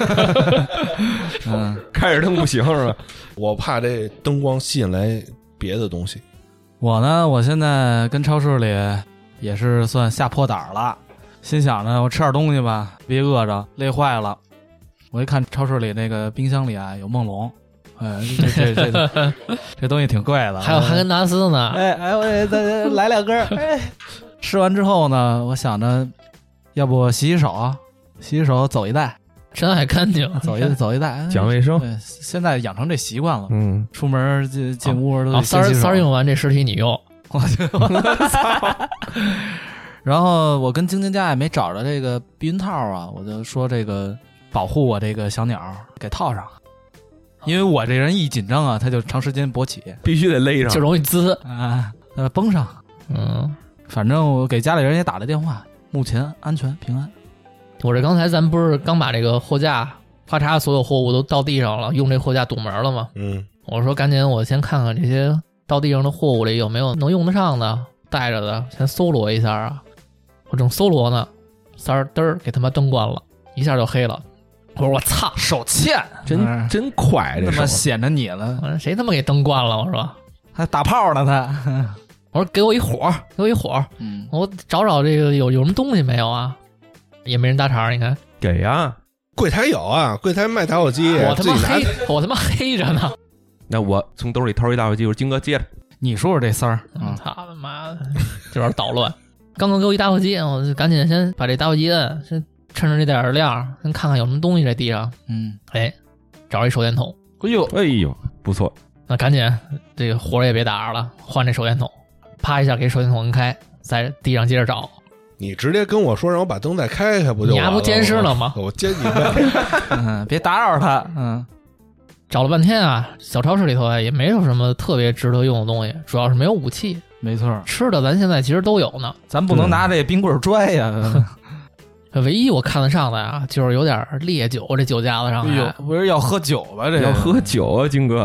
嗯， 开着灯不行是吧？ 我怕这灯光吸引来别的东西。 我呢，我现在跟超市里也是算下破胆了，心想呢，我吃点东西吧，别饿着累坏了。我一看超市里那个冰箱里啊有梦龙，哎，这这这这, 这东西挺贵的， 还有哈根达斯呢。 哎哎，我再来两根。哎，吃完之后呢，我想着，要不洗洗手啊，洗洗手走一袋， 真爱干净， 走一走一袋， 讲卫生。 对，现在养成这习惯了， 嗯， 出门进进屋都得三儿三儿用完这尸体你用， 我就操。然后我跟晶晶家也没找着这个避孕套啊，我就说这个保护我这个小鸟给套上，因为我这人一紧张啊，它就长时间勃起， 必须得勒上， 就容易滋啊，呃，绷上。 嗯， 反正我给家里人也打了电话，目前安全平安。 我这刚才咱不是刚把这个货架咔嚓所有货物都倒地上了，用这货架堵门了吗？ 嗯， 我说赶紧我先看看这些倒地上的货物里有没有能用得上的带着的，先搜罗一下啊。我正搜罗呢，三儿嘚儿给他妈灯关了，一下就黑了。我说我操， 手欠， 真、嗯、真快，这他妈显着你了。 我说谁他妈给灯关了？我说还打炮呢他。 我说给我一火，给我一火， 嗯， 我找找这个有有什么东西没有啊？也没人搭茬，你看给呀， 柜台有啊，柜台卖打火机， 我他妈黑，我他妈黑着呢。 那我从兜里掏一打火机，我说金哥接着。 你说说这三儿， 嗯，操他妈的，有点捣乱。刚刚给我一打火机，我就赶紧先把这打火机摁，先趁着这点亮，先看看有什么东西在地上。 嗯， 哎，找一手电筒。 哎呦， 哎呦，不错。 那赶紧，这个活也别打着了，换这手电筒。啪一下给手电筒摁开，在地上接着找。 你直接跟我说让我把灯再开开不就完了？ 你还不监视了吗？ 我监你们、 嗯，别打扰他。嗯， 找了半天啊，小超市里头啊也没有什么特别值得用的东西，主要是没有武器。 没错， 吃的咱现在其实都有呢， 咱不能拿这冰棍拽呀。 唯一我看得上的啊，就是有点烈酒，这酒架子上。 哎呦，不是要喝酒吧？这要喝酒啊，金哥。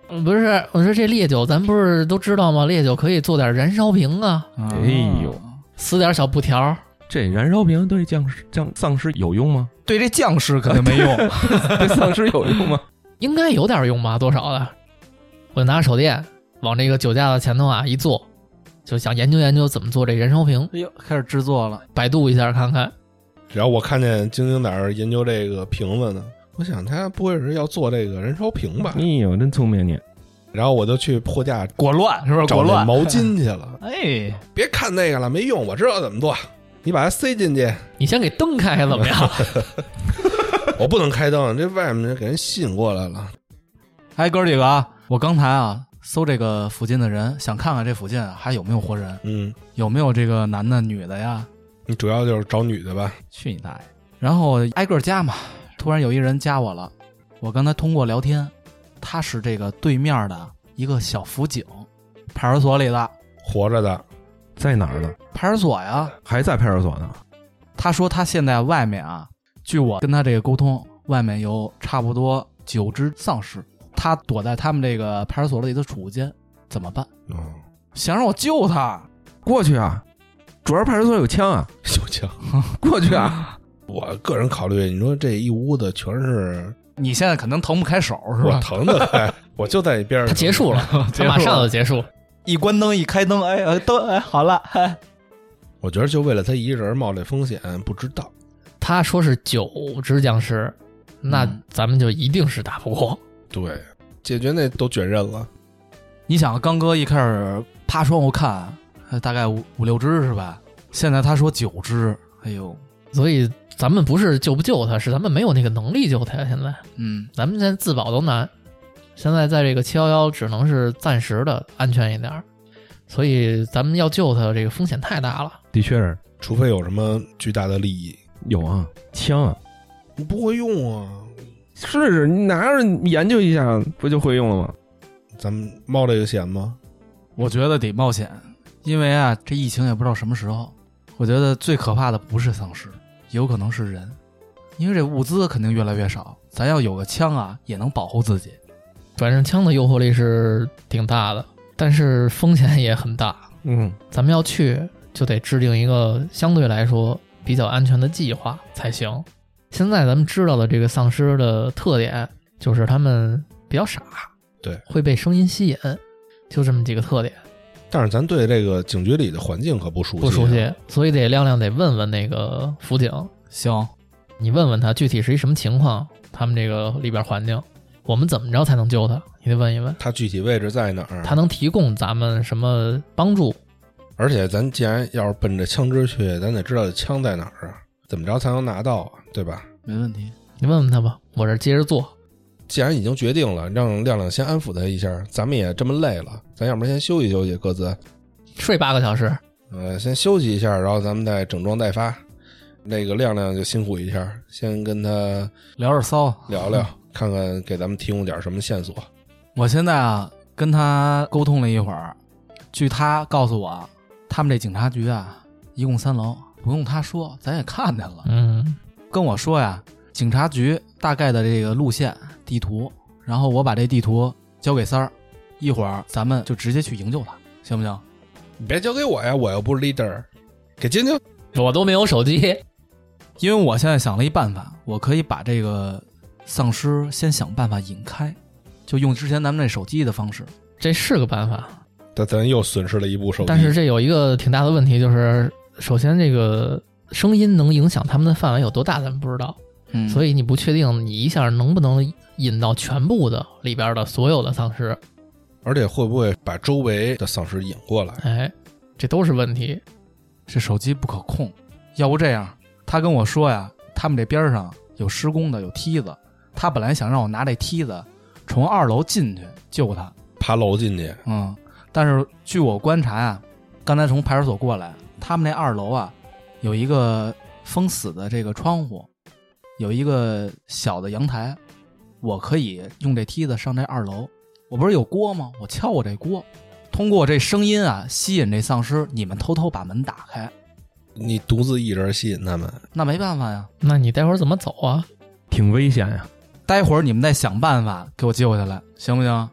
不是，我说这烈酒咱不是都知道吗？烈酒可以做点燃烧瓶啊， 哎呦， 撕点小布条。 这燃烧瓶对僵尸、僵丧尸有用吗？ 对这将士肯定没用， 对丧尸有用吗？ 应该有点用吧，多少的。我就拿着手电往这个酒架子前头啊一坐，就想研究研究怎么做这燃烧瓶。 哎呦，开始制作了， 百度一下看看。 然后我看见晶晶在那儿研究这个瓶子呢，我想他不会是要做这个燃烧瓶吧？ 哎呦，真聪明你！ 然后我就去货架裹乱是不是？ 找裹乱那毛巾去了。 哎， 别看那个了，没用，我知道怎么做。你把它塞进去， 你先给灯开开怎么样？ 我不能开灯，这外面给人吸引过来了。 哎，哥几个啊，我刚才啊搜这个附近的人，想看看这附近还有没有活人， 嗯， 有没有这个男的女的呀？ 你主要就是找女的吧？ 去你大爷！然后挨个加嘛，突然有一人加我了，我刚才通过聊天，他是这个对面的一个小辅警，派出所里的， 活着的， 在哪儿呢？ 派出所呀， 还在派出所呢。 他说他现在外面啊，据我跟他这个沟通，外面有差不多九只丧尸，他躲在他们这个派出所里的储物间，怎么办？ 哦， 想让我救他， 过去啊！主要派出所有枪啊， 有枪， 过去啊！ 我个人考虑，你说这一屋子全是， 你现在可能腾不开手是吧？ 我疼得开，我就在一边。 他结束了，他马上就结束。 一关灯一开灯，哎，灯哎好了，哎。 我觉得就为了他一人冒这风险，不知道。 他说是九只僵尸，那咱们就一定是打不过。 对，解决那都卷刃了。 你想，刚哥一开始趴窗户看，大概五五六只是吧？现在他说九只，哎呦， 所以咱们不是救不救他，是咱们没有那个能力救他呀。现在， 嗯， 咱们现在自保都难，现在在这个七一一只能是暂时的安全一点，所以咱们要救他，这个风险太大了。 的确是， 除非有什么巨大的利益。 有啊，枪啊， 你不会用啊？ 试试，你拿着研究一下，不就会用了吗？ 咱们冒这个险吗？ 我觉得得冒险，因为啊，这疫情也不知道什么时候。我觉得最可怕的不是丧尸，有可能是人，因为这物资肯定越来越少，咱要有个枪啊，也能保护自己。 反正枪的诱惑力是挺大的，但是风险也很大。 嗯， 咱们要去，就得制定一个相对来说比较安全的计划才行。现在咱们知道的这个丧尸的特点，就是他们比较傻， 对， 会被声音吸引，就这么几个特点。 但是咱对这个警局里的环境可不熟悉、啊， 不熟悉，所以得亮亮得问问那个辅警。 行， 你问问他具体是一什么情况，他们这个里边环境，我们怎么着才能救他？你得问一问他具体位置在哪儿， 他能提供咱们什么帮助？ 而且咱既然要是奔着枪支去，咱得知道枪在哪儿啊，怎么着才能拿到啊，对吧？ 没问题， 你问问他吧，我这接着做。 既然已经决定了，让亮亮先安抚他一下，咱们也这么累了，咱要不然先休息休息，各自睡八个小时， 呃，先休息一下，然后咱们再整装待发。那个亮亮就辛苦一下，先跟他聊着骚， 聊聊，看看给咱们提供点什么线索。 我现在啊跟他沟通了一会儿，据他告诉我，他们这警察局啊一共三楼，不用他说，咱也看见了。 嗯， 跟我说呀，警察局大概的这个路线地图，然后我把这地图交给三儿，一会儿咱们就直接去营救他，行不行？ 你别交给我呀，我又不是 leader， 给晶晶。 我都没有手机， 因为我现在想了一办法，我可以把这个丧尸先想办法引开，就用之前咱们那手机的方式。 这是个办法， 但咱又损失了一部手机。 但是这有一个挺大的问题，就是首先这个声音能影响他们的范围有多大，咱们不知道。 嗯， 所以你不确定你一下能不能引到全部的里边的所有的丧尸， 而且会不会把周围的丧尸引过来？ 哎，这都是问题。 这手机不可控，要不这样，他跟我说呀，他们这边上有施工的，有梯子，他本来想让我拿这梯子从二楼进去救他， 爬楼进去。 嗯，但是据我观察呀，刚才从派出所过来，他们那二楼啊有一个封死的这个窗户，有一个小的阳台，我可以用这梯子上这二楼。我不是有锅吗？我敲我这锅，通过这声音啊吸引这丧尸，你们偷偷把门打开。 你独自一人吸引他们， 那没办法呀。 那你待会儿怎么走啊？ 挺危险呀。 待会儿你们再想办法给我救下来，行不行？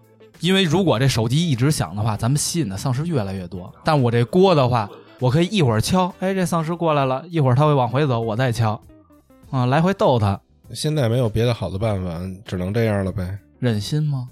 因为如果这手机一直响的话，咱们吸引的丧尸越来越多。但我这锅的话，我可以一会儿敲，哎，这丧尸过来了，一会儿他会往回走，我再敲，啊，来回逗他。 现在没有别的好的办法，只能这样了呗。 忍心吗？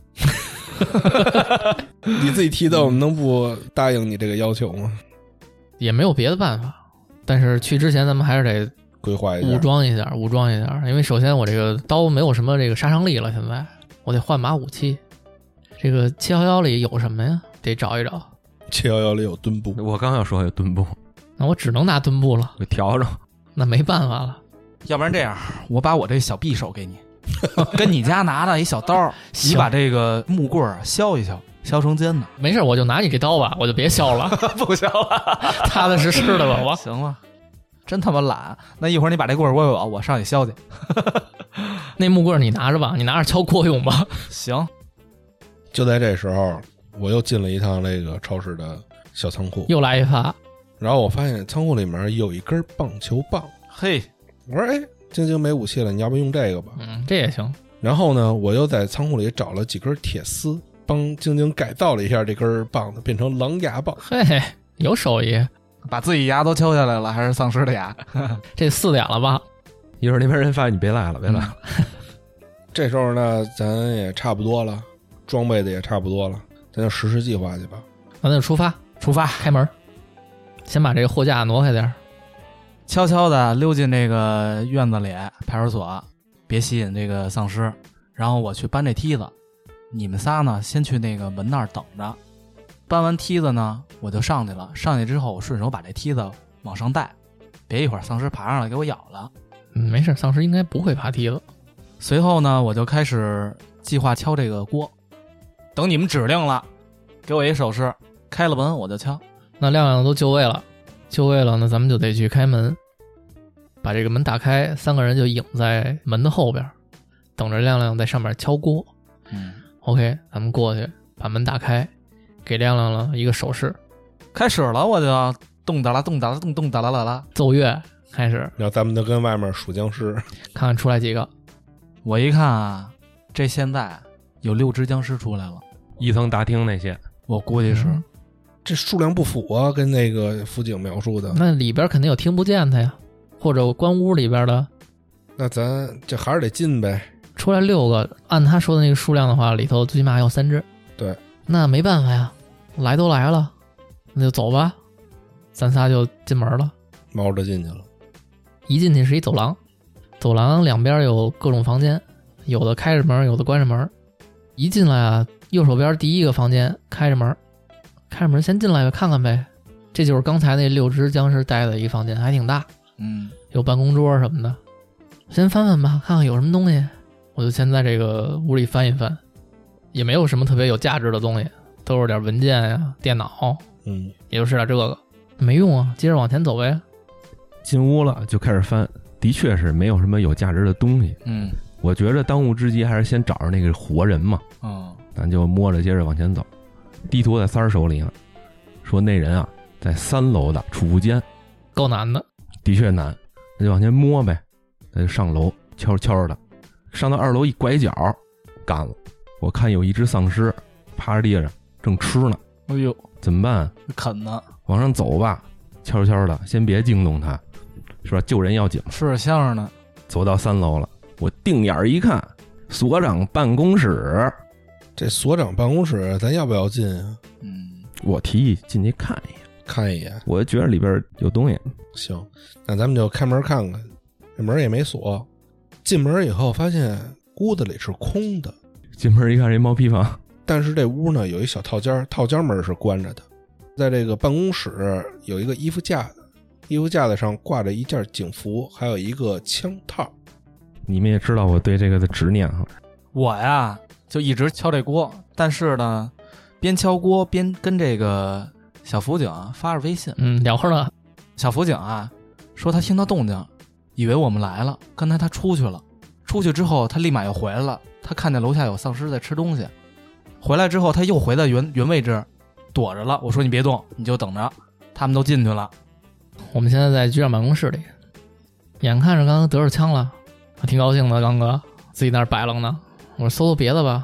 你自己提的，我们能不答应你这个要求吗？ 也没有别的办法，但是去之前咱们还是得规划一下， 武装一下，武装一下。因为首先我这个刀没有什么这个杀伤力了，现在我得换把武器。这个七幺幺里有什么呀？得找一找。 七幺幺里有墩布， 我刚要说有墩布， 那我只能拿墩布了， 给调着。 那没办法了。 要不然这样，我把我这小匕首给你，跟你家拿的一小刀，你把这个木棍儿削一削，削成尖的。 没事，我就拿你这刀吧，我就别削了， 不削了， 踏踏实实的吧。我行了，真他妈懒。那一会儿你把这棍儿给我，我上去削去。 那木棍你拿着吧，你拿着敲锅用吧。 行。 就在这时候，我又进了一趟那个超市的小仓库， 又来一发。 然后我发现仓库里面有一根棒球棒， 嘿， 我说哎，晶晶没武器了，你要不用这个吧？ 嗯，这也行。 然后呢，我又在仓库里找了几根铁丝，帮晶晶改造了一下这根棒子，变成狼牙棒。 嘿，有手艺， 把自己牙都敲下来了，还是丧尸的牙？ 这四点了吧？ 一会儿那边人发现你别来了，别来了。 嗯、这时候呢，咱也差不多了，装备的也差不多了，咱就实施计划去吧。 咱就出发， 出发， 开门。先把这个货架挪开点， 悄悄的溜进这个院子里，派出所，别吸引这个丧尸。然后我去搬这梯子，你们仨呢，先去那个门那儿等着。搬完梯子呢，我就上去了。上去之后，我顺手把这梯子往上带，别一会儿丧尸爬上来给我咬了。 嗯，没事，丧尸应该不会爬梯子。 随后呢，我就开始计划敲这个锅。等你们指令了，给我一手势，开了门我就敲。 那亮亮都就位了，就位了，那咱们就得去开门，把这个门打开，三个人就影在门的后边，等着亮亮在上面敲锅。 嗯 ，OK， 咱们过去把门打开，给亮亮了一个手势， 开始了，我就咚哒啦咚哒啦咚咚哒啦啦啦， 奏乐开始。 然后咱们就跟外面数僵尸， 看看出来几个。 我一看啊，这现在有六只僵尸出来了， 一层大厅那些， 我估计是。 嗯这数量不符啊，跟那个辅警描述的。 那里边肯定有听不见的呀，或者关屋里边的。 那咱这还是得进呗。 出来六个，按他说的那个数量的话，里头最起码还有三只。 对， 那没办法呀，来都来了，那就走吧。咱仨就进门了， 猫着进去了。 一进去是一走廊，走廊两边有各种房间，有的开着门，有的关着门。一进来啊，右手边第一个房间开着门。开着门先进来看看呗，这就是刚才那六只僵尸待的一个房间，还挺大， 嗯， 有办公桌什么的。先翻翻吧，看看有什么东西。我就先在这个屋里翻一翻，也没有什么特别有价值的东西，都是点文件呀、电脑， 嗯， 也就是点这个，没用啊，接着往前走呗。 进屋了就开始翻，的确是没有什么有价值的东西。 嗯， 我觉着当务之急还是先找着那个活人嘛。 嗯， 咱就摸着接着往前走。地图在三儿手里呢，说那人啊在三楼的储物间， 够难的， 的确难，那就往前摸呗，那就上楼悄悄的，上到二楼一拐角，干了。我看有一只丧尸趴着地上正吃呢， 哎呦， 怎么办？ 啃呢， 往上走吧，悄悄的，先别惊动他，是吧？救人要紧。 吃着香着呢。 走到三楼了，我定眼一看，所长办公室。 这所长办公室咱要不要进啊？ 嗯， 我提议进去看一眼， 看一眼。 我觉得里边有东西。 行，那咱们就开门看看。这门也没锁。进门以后发现屋子里是空的。 进门一看，这毛坯房。 但是这屋呢有一小套间，套间门是关着的。在这个办公室有一个衣服架子，衣服架子上挂着一件警服，还有一个枪套。 你们也知道我对这个的执念哈。 我呀就一直敲这锅，但是呢，边敲锅边跟这个小辅警啊发着微信。 嗯，聊会儿了。 小辅警啊说他听到动静，以为我们来了，刚才他出去了。出去之后他立马又回来了，他看见楼下有丧尸在吃东西。回来之后他又回到原原位置躲着了。我说你别动，你就等着。他们都进去了。 我们现在在局长办公室里，眼看着刚刚得着枪了，挺高兴的，刚哥自己那儿摆楞呢。我说搜搜别的吧，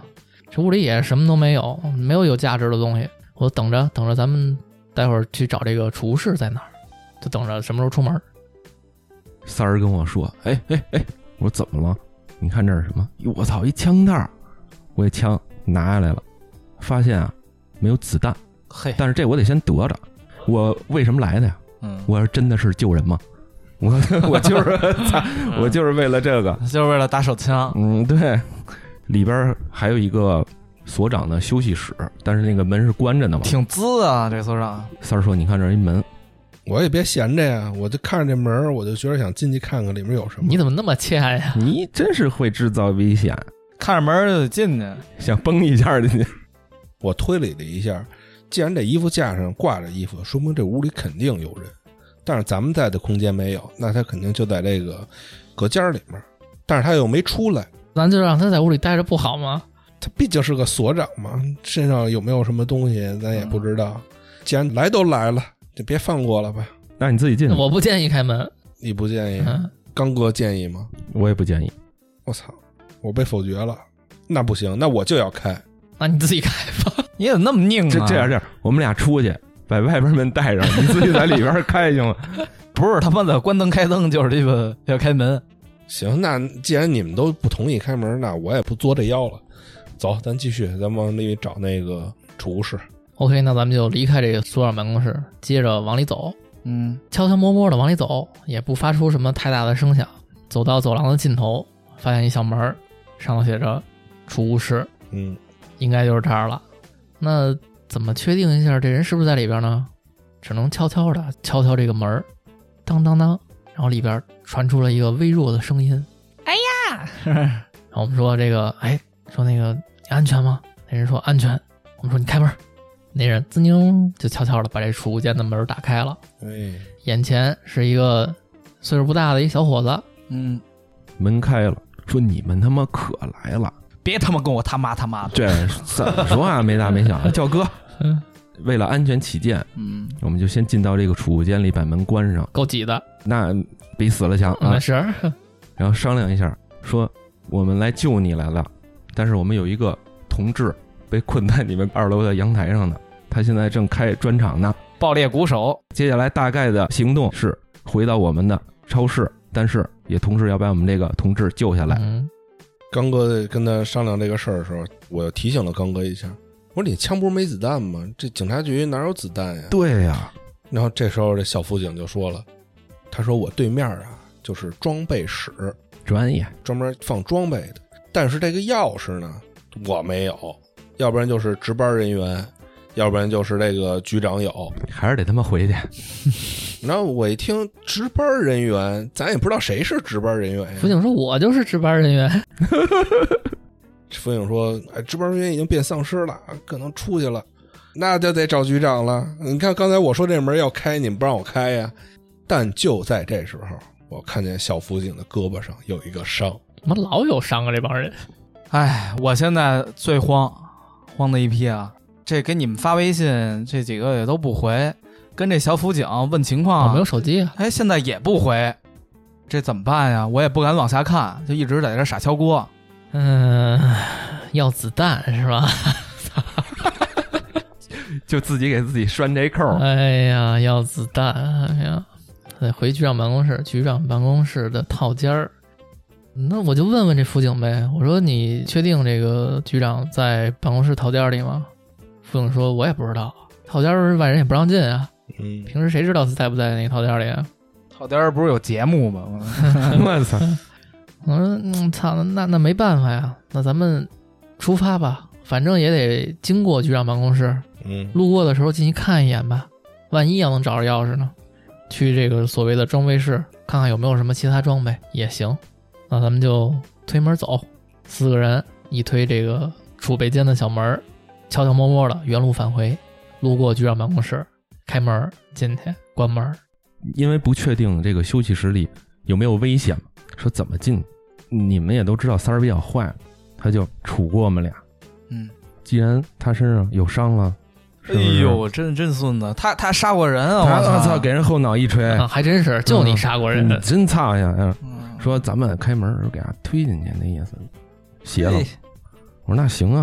这屋里也什么都没有，没有有价值的东西。我等着等着，咱们待会儿去找这个储物室在哪儿，就等着什么时候出门。 三儿跟我说：“哎哎哎，我说怎么了？你看这是什么？哟，我操，一枪袋！我这枪拿下来了，发现啊没有子弹， 嘿， 但是这我得先得着。我为什么来的呀？ 嗯， 我真的是救人吗？我我就是我就是为了这个， 就是为了打手枪。 嗯，对，里边还有一个所长的休息室，但是那个门是关着的嘛。 挺滋啊，这所长。 三儿说：“你看这儿一门。” 我也别闲着呀，我就看着这门，我就觉得想进去看看里面有什么。 你怎么那么欠呀？ 你真是会制造危险， 看着门就得进去， 想崩一下进去。 我推理了一下，既然这衣服架上挂着衣服，说明这屋里肯定有人。但是咱们在的空间没有，那他肯定就在这个隔间里面，但是他又没出来， 咱就让他在屋里待着不好吗？ 他毕竟是个所长嘛，身上有没有什么东西咱也不知道。既然来都来了，就别放过了吧。 那你自己进去。 我不建议开门。 你不建议？ 嗯， 刚哥建议吗？ 我也不建议。 我操，我被否决了。那不行，那我就要开。 那你自己开吧。 你怎么那么拧啊？ 这这样这样，我们俩出去，把外边门带上，你自己在里边开行了。 不是他妈的关灯开灯，就是这个要开门。 行，那既然你们都不同意开门，那我也不作这妖了。走，咱继续，咱往里找那个储物室。 OK， 那咱们就离开这个所长办公室，接着往里走。 嗯， 悄悄摸摸的往里走，也不发出什么太大的声响。走到走廊的尽头，发现一小门，上头写着储物室。 嗯， 应该就是这儿了。那怎么确定一下这人是不是在里边呢？只能悄悄的敲敲这个门，当当当，然后里边传出了一个微弱的声音：“哎呀！”然后我们说这个，哎，说那个你安全吗？那人说安全。我们说你开门。那人滋宁就悄悄的把这储物间的门打开了。 哎， 眼前是一个岁数不大的一小伙子。 嗯， 门开了，说你们他妈可来了。 别他妈跟我他妈他妈的！ 这怎么说啊？没大没小的叫哥。 嗯， 为了安全起见， 嗯， 我们就先进到这个储物间里，把门关上。 够挤的， 那比死了强啊！ 是。 然后商量一下，说我们来救你来了，但是我们有一个同志被困在你们二楼的阳台上的，他现在正开专场呢。 爆裂鼓手， 接下来大概的行动是回到我们的超市，但是也同时要把我们这个同志救下来。 嗯， 刚哥跟他商量这个事儿的时候，我提醒了刚哥一下，我说你枪不是没子弹吗？这警察局哪有子弹呀？ 对呀。 然后这时候这小辅警就说了，他说我对面啊就是装备室， 专业专门放装备的，但是这个钥匙呢我没有，要不然就是值班人员，要不然就是这个局长有， 还是得他妈回去。 然后我一听值班人员，咱也不知道谁是值班人员呀。 辅警说我就是值班人员。 辅警说哎，值班人员已经变丧尸了，可能出去了，那就得找局长了。你看刚才我说这门要开，你们不让我开呀。但就在这时候，我看见小辅警的胳膊上有一个伤。 怎么老有伤啊这帮人？ 哎，我现在最慌慌的一批啊！这给你们发微信，这几个也都不回，跟这小辅警问情况， 我没有手机啊。 哎，现在也不回，这怎么办呀？我也不敢往下看，就一直在这傻敲锅。 嗯，要子弹是吧？ 就自己给自己拴这扣。 哎呀，要子弹！哎呀，得回局长办公室，局长办公室的套间儿。那我就问问这辅警呗，我说你确定这个局长在办公室套间里吗？辅警说我也不知道，套间外人也不让进啊。 嗯， 平时谁知道他在不在那个套间里啊？ 套间不是有节目吗？ 我操！ 我说嗯，操，那那没办法呀，那咱们出发吧，反正也得经过局长办公室。 嗯， 路过的时候进去看一眼吧，万一要能找着钥匙呢？去这个所谓的装备室看看有没有什么其他装备也行。那咱们就推门走，四个人一推这个储备间的小门，悄悄摸摸的原路返回，路过局长办公室，开门进去，关门。 因为不确定这个休息室里有没有危险，说怎么进？你们也都知道三儿比较坏，他就处过我们俩。 嗯， 既然他身上有伤了，是不是哎呦，真真孙子，他他杀过人啊！ 他我操，给人后脑一锤， 啊、还真是，就你杀过人， 嗯、你真操呀！嗯， 嗯说咱们开门给他推进去，那意思邪了。 哎我说那行啊，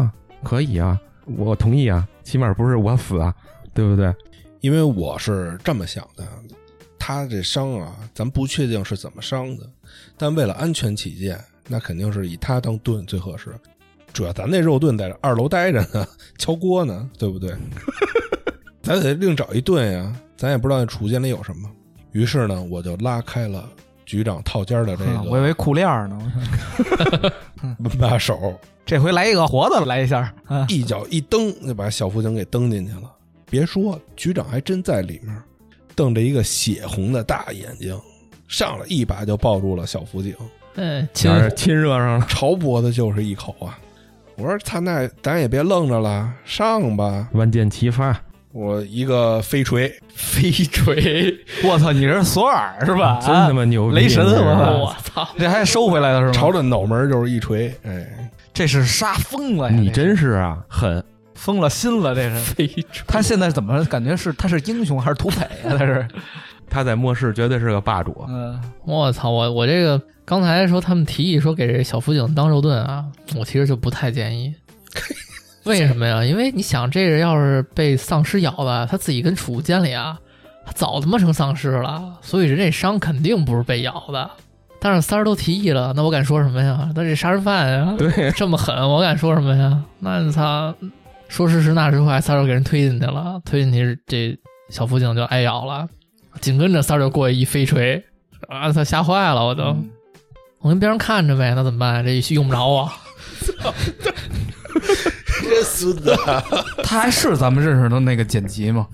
可以啊，我同意啊，起码不是我死啊，对不对？ 因为我是这么想的，他这伤啊，咱不确定是怎么伤的，但为了安全起见，那肯定是以他当盾最合适。主要咱那肉盾在二楼待着呢，敲锅呢，对不对？咱得另找一盾呀，咱也不知道那储物间里有什么。于是呢，我就拉开了局长套间的这个， 我以为裤链呢， 门把手， 这回来一个活的，来一下，啊、 一脚一蹬就把小辅警给蹬进去了。别说，局长还真在里面，瞪着一个血红的大眼睛，上来一把就抱住了小辅警， 哎，亲亲热上了， 朝脖子就是一口啊！我说他那咱也别愣着了，上吧！ 万箭齐发， 我一个飞锤， 飞锤， 我操，你这是索尔是吧？ 真他妈牛逼！ 雷神， 我操， 这还收回来的是吗？ 朝着脑门就是一锤，哎， 这是杀疯了呀！ 你真是啊，狠， 疯了心了，这是飞锤。 他现在怎么感觉是他是英雄还是土匪啊？他是他在末世绝对是个霸主。 嗯， 我操，我我这个刚才说他们提议说给这小辅警当肉盾啊，我其实就不太建议。为什么呀？因为你想，这人要是被丧尸咬了，他自己跟储物间里啊，他早他妈成丧尸了，所以人这伤肯定不是被咬的。但是三儿都提议了，那我敢说什么呀？那这杀人犯呀， 对， 这么狠，我敢说什么呀？那你操，说时迟那时快，三儿就给人推进去了，推进去这小辅警就挨咬了，紧跟着三儿就过去一飞锤，啊，他吓坏了，我都，嗯、我跟边上看着呗，那怎么办？这用不着啊。 这孙子， 他还是咱们认识的那个剪辑吗？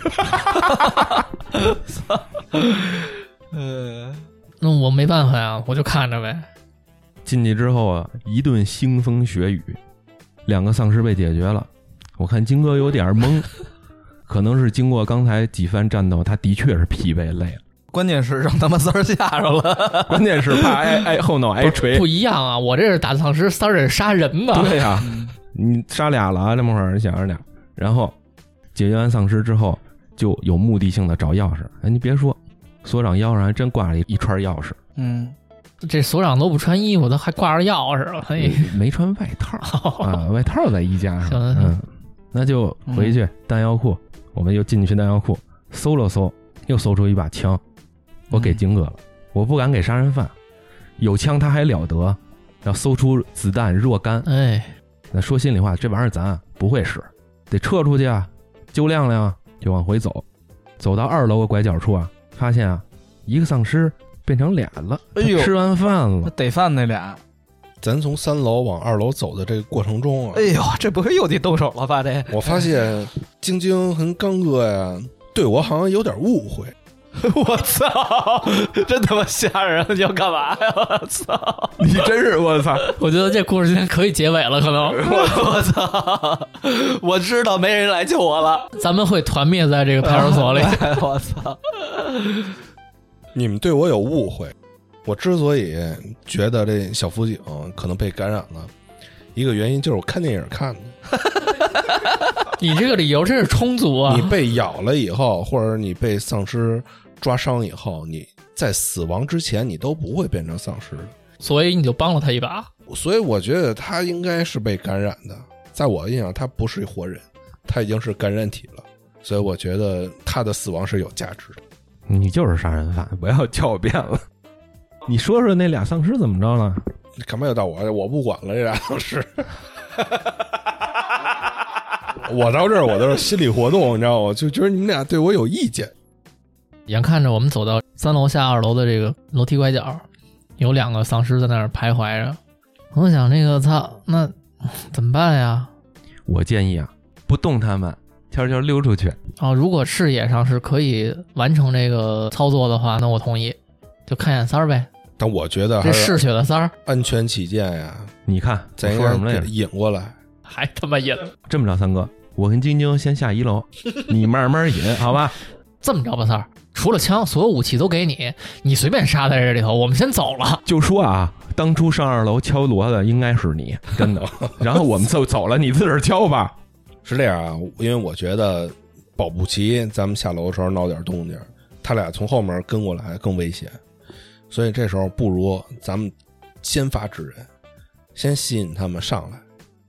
呃，那我没办法呀，我就看着呗。 进去之后啊，一顿腥风血雨，两个丧尸被解决了。我看金哥有点懵，可能是经过刚才几番战斗，他的确是疲惫累了。 关键是让他们三儿吓着了， 关键是怕挨挨后脑挨锤。 不一样啊，我这是打丧尸，三儿是杀人的。 对呀、啊，你杀俩了啊，这么会儿想着俩。然后解决完丧尸之后，就有目的性的找钥匙。哎，你别说，所长腰上还真挂了一串钥匙。 嗯， 这所长都不穿衣服，他还挂着钥匙了。嘿， 没穿外套啊，外套在衣架上。 行嗯，那就回去弹药库，嗯、我们又进去弹药库搜了搜，又搜出一把枪。我给金哥了，我不敢给杀人犯，有枪他还了得，要搜出子弹若干。 哎， 那说心里话，这玩意儿咱不会使，得撤出去啊，揪亮亮就往回走，走到二楼的拐角处啊，发现啊，一个丧尸变成俩了， 哎呦， 吃完饭了， 逮饭那俩。 咱从三楼往二楼走的这个过程中啊， 哎呦，这不会又得动手了吧？这我发现晶晶和刚哥呀，对我好像有点误会。 我操！真他妈吓人！你要干嘛呀？我操！ 你真是我操！ 我觉得这故事今天可以结尾了，可能。 我操！我知道没人来救我了， 咱们会团灭在这个派出所里。 我操！ 你们对我有误会。我之所以觉得这小辅警可能被感染了，一个原因就是我看电影看的。 你这个理由真是充足啊！ 你被咬了以后，或者你被丧尸抓伤以后，你在死亡之前你都不会变成丧尸的， 所以你就帮了他一把。 所以我觉得他应该是被感染的，在我的印象他不是活人，他已经是感染体了，所以我觉得他的死亡是有价值的。 你就是杀人犯，不要叫我变了。你说说那俩丧尸怎么着了？ 干嘛又到我？我不管了，这俩丧尸。我到这儿我都是心理活动，你知道吗？就觉得你们俩对我有意见。 眼看着我们走到三楼下二楼的这个楼梯拐角，有两个丧尸在那儿徘徊着。我想这个操，那怎么办呀？ 我建议啊，不动他们，悄悄溜出去。 哦，如果视野上是可以完成这个操作的话，那我同意，就看眼三儿呗。 但我觉得这嗜血的三儿， 安全起见呀， 你看咱说什么来着？ 引过来， 还他妈引。 这么着，三哥，我跟晶晶先下一楼，你慢慢引，好吧？ 这么着吧，三儿，除了枪，所有武器都给你，你随便杀在这里头，我们先走了。 就说啊，当初上二楼敲锣的应该是你，真的。然后我们就走了，你自个儿敲吧。 是这样啊，因为我觉得保不齐咱们下楼的时候闹点动静，他俩从后面跟过来更危险。所以这时候不如咱们先发制人，先吸引他们上来，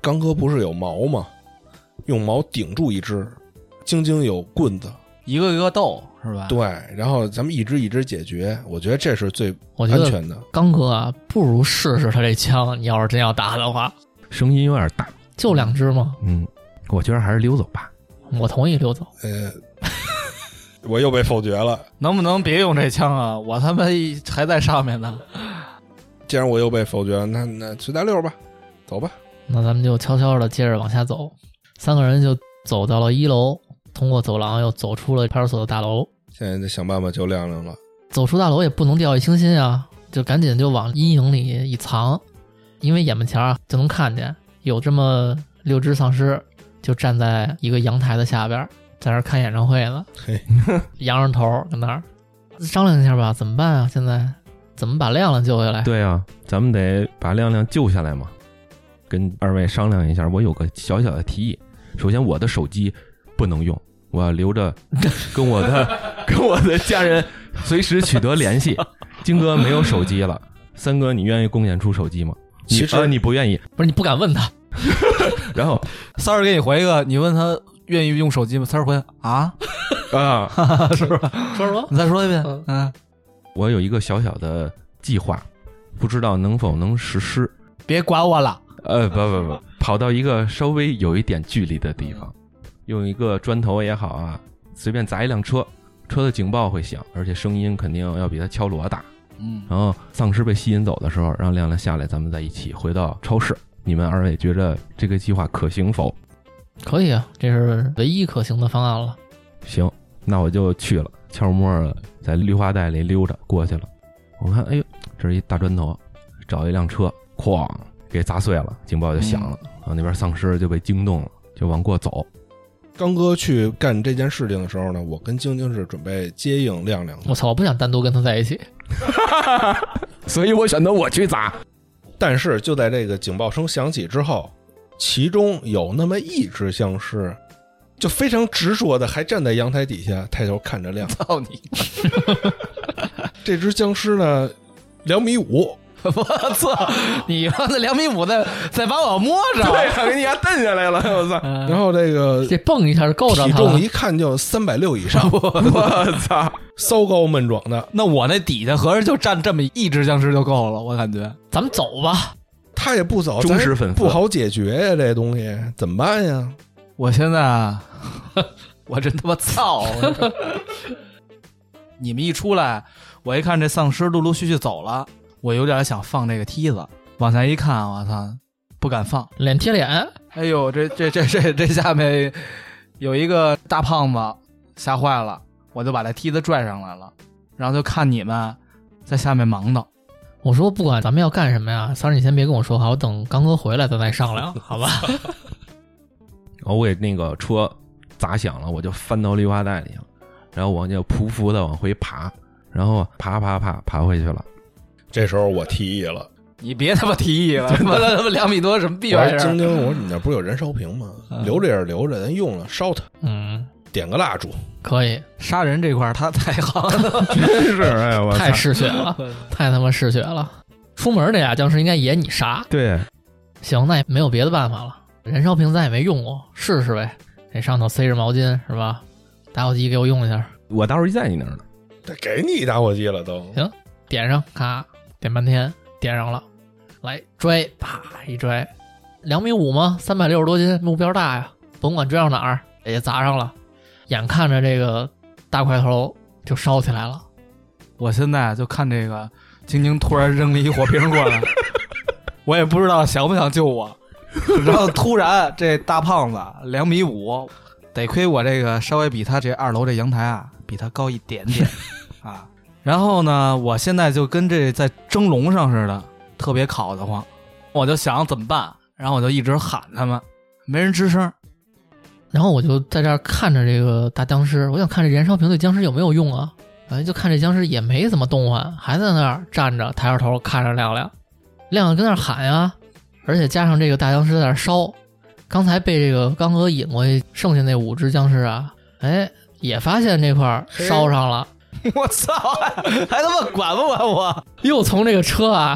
刚哥不是有矛吗？用矛顶住一只，晶晶有棍子， 一个一个斗是吧？ 对，然后咱们一只一只解决，我觉得这是最我觉得安全的。 刚哥啊，不如试试他这枪，你要是真要打的话， 声音有点大， 就两只吗？ 嗯，我觉得还是溜走吧。 我同意溜走。 呃，我又被否决了。 能不能别用这枪啊？我他妈还在上面呢。 既然我又被否决了，那那随大溜吧，走吧。 那咱们就悄悄的接着往下走，三个人就走到了一楼，通过走廊又走出了派出所的大楼。 现在得想办法救亮亮了。 走出大楼也不能掉以轻心啊，就赶紧就往阴影里一藏，因为眼门前啊就能看见有这么六只丧尸就站在一个阳台的下边，在那儿看演唱会呢，扬着头跟那儿商量一下吧，怎么办啊？现在怎么把亮亮救下来？ 对啊，咱们得把亮亮救下来嘛。跟二位商量一下，我有个小小的提议。首先，我的手机不能用，我要留着跟我的跟我的家人随时取得联系。金哥没有手机了，三哥，你愿意贡献出手机吗？你其实、 呃、你不愿意， 不是你不敢问他。 然后三儿给你回一个，你问他愿意用手机吗？三儿回啊啊， 是吧？ 说什么？ 你再说一遍。 嗯， 嗯， 我有一个小小的计划，不知道能否能实施。 别管我了。 呃，不不不，跑到一个稍微有一点距离的地方，用一个砖头也好啊，随便砸一辆车，车的警报会响，而且声音肯定要比他敲锣大。 嗯， 然后丧尸被吸引走的时候，让亮亮下来，咱们再一起回到超市。你们二位觉得这个计划可行否？ 可以啊，这是唯一可行的方案了。 行，那我就去了，悄摸在绿化带里溜达过去了。我看，哎呦，这是一大砖头，找一辆车，哐给砸碎了，警报就响了， 嗯、 然后那边丧尸就被惊动了，就往过走。 刚哥去干这件事情的时候呢，我跟晶晶是准备接应亮亮的。 我操，我不想单独跟他在一起， 所以我选择我去砸。 但是就在这个警报声响起之后，其中有那么一只僵尸，就非常执着的还站在阳台底下，抬头看着亮。 操你！ 这只僵尸呢，两米五。 我操！你妈的两米五再再把我摸着， 对，给你丫蹬下来了，我操！ 然后这个这蹦一下就够着他了， 体重一看就三百六以上， 我操， 骚高闷壮的。 那我那底下合着就站这么一只僵尸就够了，我感觉。 咱们走吧。 他也不走， 忠实粉丝不好解决呀，这东西怎么办呀？ 我现在啊，我真他妈操！你们一出来，我一看这丧尸陆陆续续走了。我有点想放这个梯子，往下一看，我操，不敢放， 脸贴脸。 哎呦，这这这这这下面有一个大胖子，吓坏了，我就把这梯子拽上来了，然后就看你们在下面忙叨。 我说不管咱们要干什么呀，三儿你先别跟我说好，我等刚哥回来咱再商量，好吧？ 然后我给那个车砸响了，我就翻到绿化带里了，然后我就匍匐的往回爬，然后爬爬爬爬回去了。 这时候我提议了， 你别他妈提议了，他妈的两米多什么逼玩意儿？ 晶晶，我说你那不是有燃烧瓶吗？ 嗯、 留着也是留着，咱用了烧它。 嗯， 点个蜡烛可以。 杀人这块他太好了， 真是哎我太嗜血了，太他妈嗜血了。出门这俩僵尸应该也你杀。 对， 行，那也没有别的办法了。燃烧瓶咱也没用过，试试呗。这上头塞着毛巾是吧？打火机给我用一下。 我打火机在你那儿呢。 给你打火机了都。 行，点上，咔。点半天点上了，来拽，啪一拽，两米五吗？三百六十多斤，目标大呀！甭管拽到哪儿，也砸上了。眼看着这个大块头就烧起来了， 我现在就看这个晶晶突然扔了一火瓶过来，我也不知道想不想救我。然后突然这大胖子两米五，得亏我这个稍微比他这二楼这阳台啊比他高一点点啊。然后呢，我现在就跟这在蒸笼上似的，特别烤得慌。我就想怎么办，然后我就一直喊他们，没人吱声。 然后我就在这儿看着这个大僵尸，我想看这燃烧瓶对僵尸有没有用啊？哎，就看这僵尸也没怎么动换，还在那儿站着，抬着头看着亮亮，亮亮跟那儿喊呀，而且加上这个大僵尸在那儿烧，刚才被这个刚哥引过去，剩下那五只僵尸啊，哎，也发现这块烧上了。 我操，还他妈管不管我？ 又从这个车啊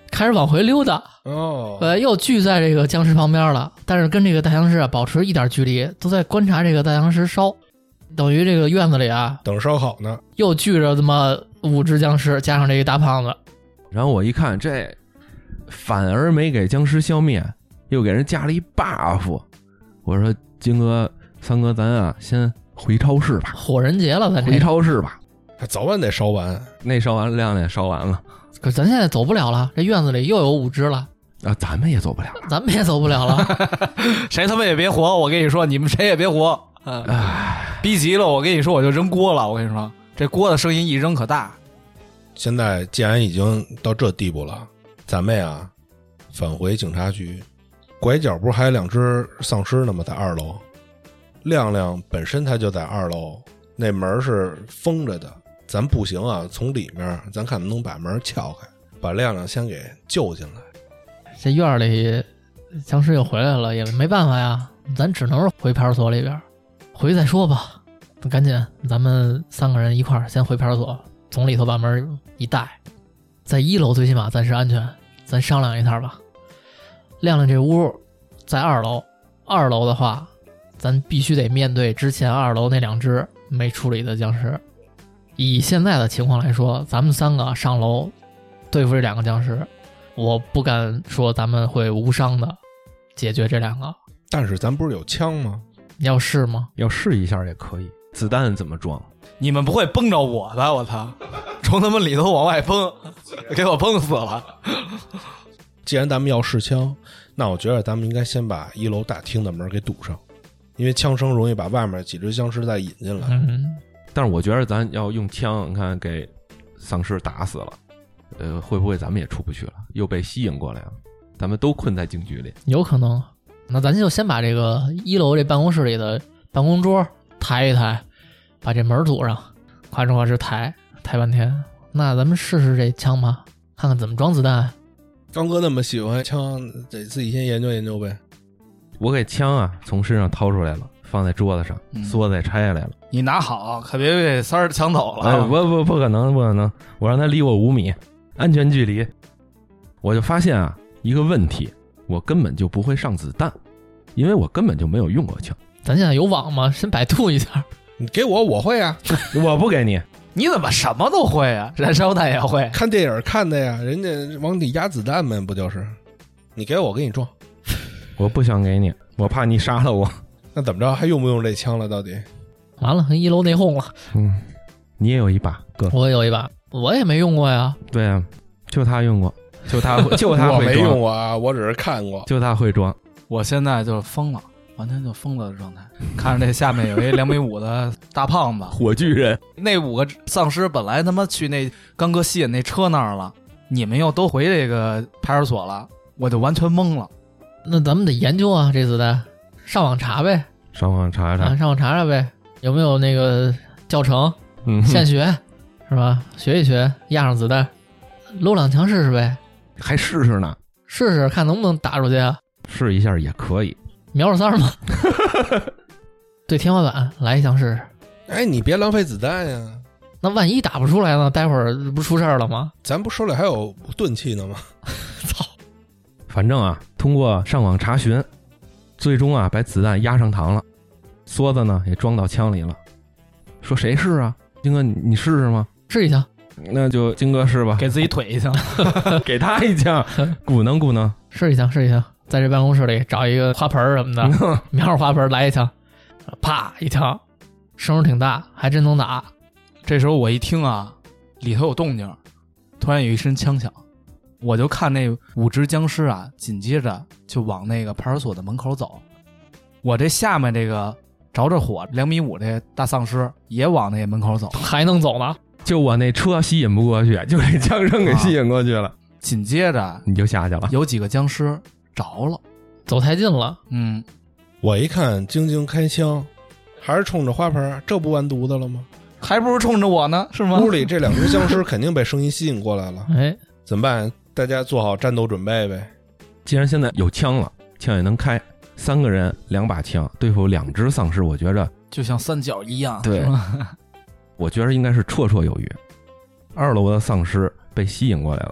开始往回溜达。 哦， 呃，又聚在这个僵尸旁边了，但是跟这个大僵尸啊保持一点距离，都在观察这个大僵尸烧。等于这个院子里啊， 等烧烤呢， 又聚着这么五只僵尸，加上这个大胖子。 然后我一看，这反而没给僵尸消灭，又给人加了一 buff。我说金哥、三哥，咱啊先回超市吧， 火人节了，咱这回超市吧。 早晚得烧完。 那烧完，亮亮也烧完了。 可是咱现在走不了了，这院子里又有五只了啊，咱们也走不了了， 咱们也走不了了。 谁他妈也别活！我跟你说，你们谁也别活。嗯，逼急了，我跟你说，我就扔锅了。我跟你说，这锅的声音一扔可大。 现在既然已经到这地步了，咱们呀返回警察局。拐角不是还有两只丧尸呢吗？在二楼。亮亮本身他就在二楼，那门是封着的。咱不行啊，从里面咱看能不能把门撬开，把亮亮先给救进来。 这院里僵尸又回来了，也没办法呀，咱只能回派出所里边，回去再说吧。赶紧，咱们三个人一块儿先回派出所，从里头把门一带，在一楼最起码暂时安全，咱商量一下吧。亮亮这屋在二楼，二楼的话，咱必须得面对之前二楼那两只没处理的僵尸。以现在的情况来说，咱们三个上楼对付这两个僵尸，我不敢说咱们会无伤的解决这两个。 但是咱不是有枪吗？ 你要试吗？ 要试一下也可以。子弹怎么装？ 你们不会崩着我吧？我操，从他们里头往外崩，给我崩死了。 既然咱们要试枪，那我觉得咱们应该先把一楼大厅的门给堵上，因为枪声容易把外面几只僵尸再引进来。 嗯， 但是我觉得咱要用枪，你看给丧尸打死了，呃，会不会咱们也出不去了？又被吸引过来了，咱们都困在警局里， 有可能。那咱就先把这个一楼这办公室里的办公桌抬一抬，把这门堵上，夸哧夸哧抬抬半天。那咱们试试这枪吧，看看怎么装子弹。 刚哥那么喜欢枪，得自己先研究研究呗。 我给枪啊从身上掏出来了，放在桌子上，梭子也拆下来了。 你拿好，可别被三儿抢走了。 哎，不不不可能，不可能！我让他离我五米，安全距离。我就发现啊，一个问题，我根本就不会上子弹，因为我根本就没有用过枪。 咱现在有网吗？先百度一下。 你给我，我会啊。 我不给你。 你怎么什么都会啊？燃烧弹也会？ 看电影看的呀，人家往里压子弹嘛，不就是？你给我，我给你装。 我不想给你，我怕你杀了我。 那怎么着？还用不用这枪了？到底？ 完了，一楼内讧了。 嗯，你也有一把，哥。 我也有一把，我也没用过呀。 对啊，就他用过，就他会，就他会装。 我没用过啊，我只是看过。 就他会装。 我现在就疯了。完全就疯了的状态，看着这下面有一两米五的大胖子， 火炬人。 那五个丧尸本来他妈去那刚哥吸引那车那儿了，你们又都回这个派出所了，我就完全懵了。 那咱们得研究啊，这子弹，上网查呗， 上网查查， 啊、上网查查呗，有没有那个教程， 嗯， 现学是吧？学一学，压上子弹，搂两枪试试呗， 还试试呢， 试试看能不能打出去啊？ 试一下也可以。 瞄着三吗？对天花板来一枪试试。 哎，你别浪费子弹呀！ 那万一打不出来呢？待会儿不出事儿了吗？ 咱不手里还有钝器呢吗？ 操！ 反正啊，通过上网查询，最终啊把子弹压上膛了，梭子呢也装到枪里了。说谁试啊？金哥，你试试吗？ 试一枪。 那就金哥试吧， 给自己腿一枪， 给他一枪，鼓能鼓能， 试一枪，试一枪。在这办公室里找一个花盆什么的，瞄着花盆来一枪，啪一枪，声儿挺大，还真能打。 这时候我一听啊，里头有动静，突然有一声枪响，我就看那五只僵尸啊，紧接着就往那个派出所的门口走。我这下面这个着着火两米五的大丧尸也往那门口走， 还能走呢？ 就我那车吸引不过去，就这枪声给吸引过去了。啊、 紧接着你就下去了， 有几个僵尸着了， 走太近了。 嗯， 我一看晶晶开枪，还是冲着花盆，这不完犊子了吗？ 还不如冲着我呢，是吗？ 屋里这两只僵尸肯定被声音吸引过来了。 哎， 怎么办？大家做好战斗准备呗。 既然现在有枪了，枪也能开，三个人两把枪对付两只丧尸，我觉着就像三角一样。 对，我觉得应该是绰绰有余。二楼的丧尸被吸引过来了，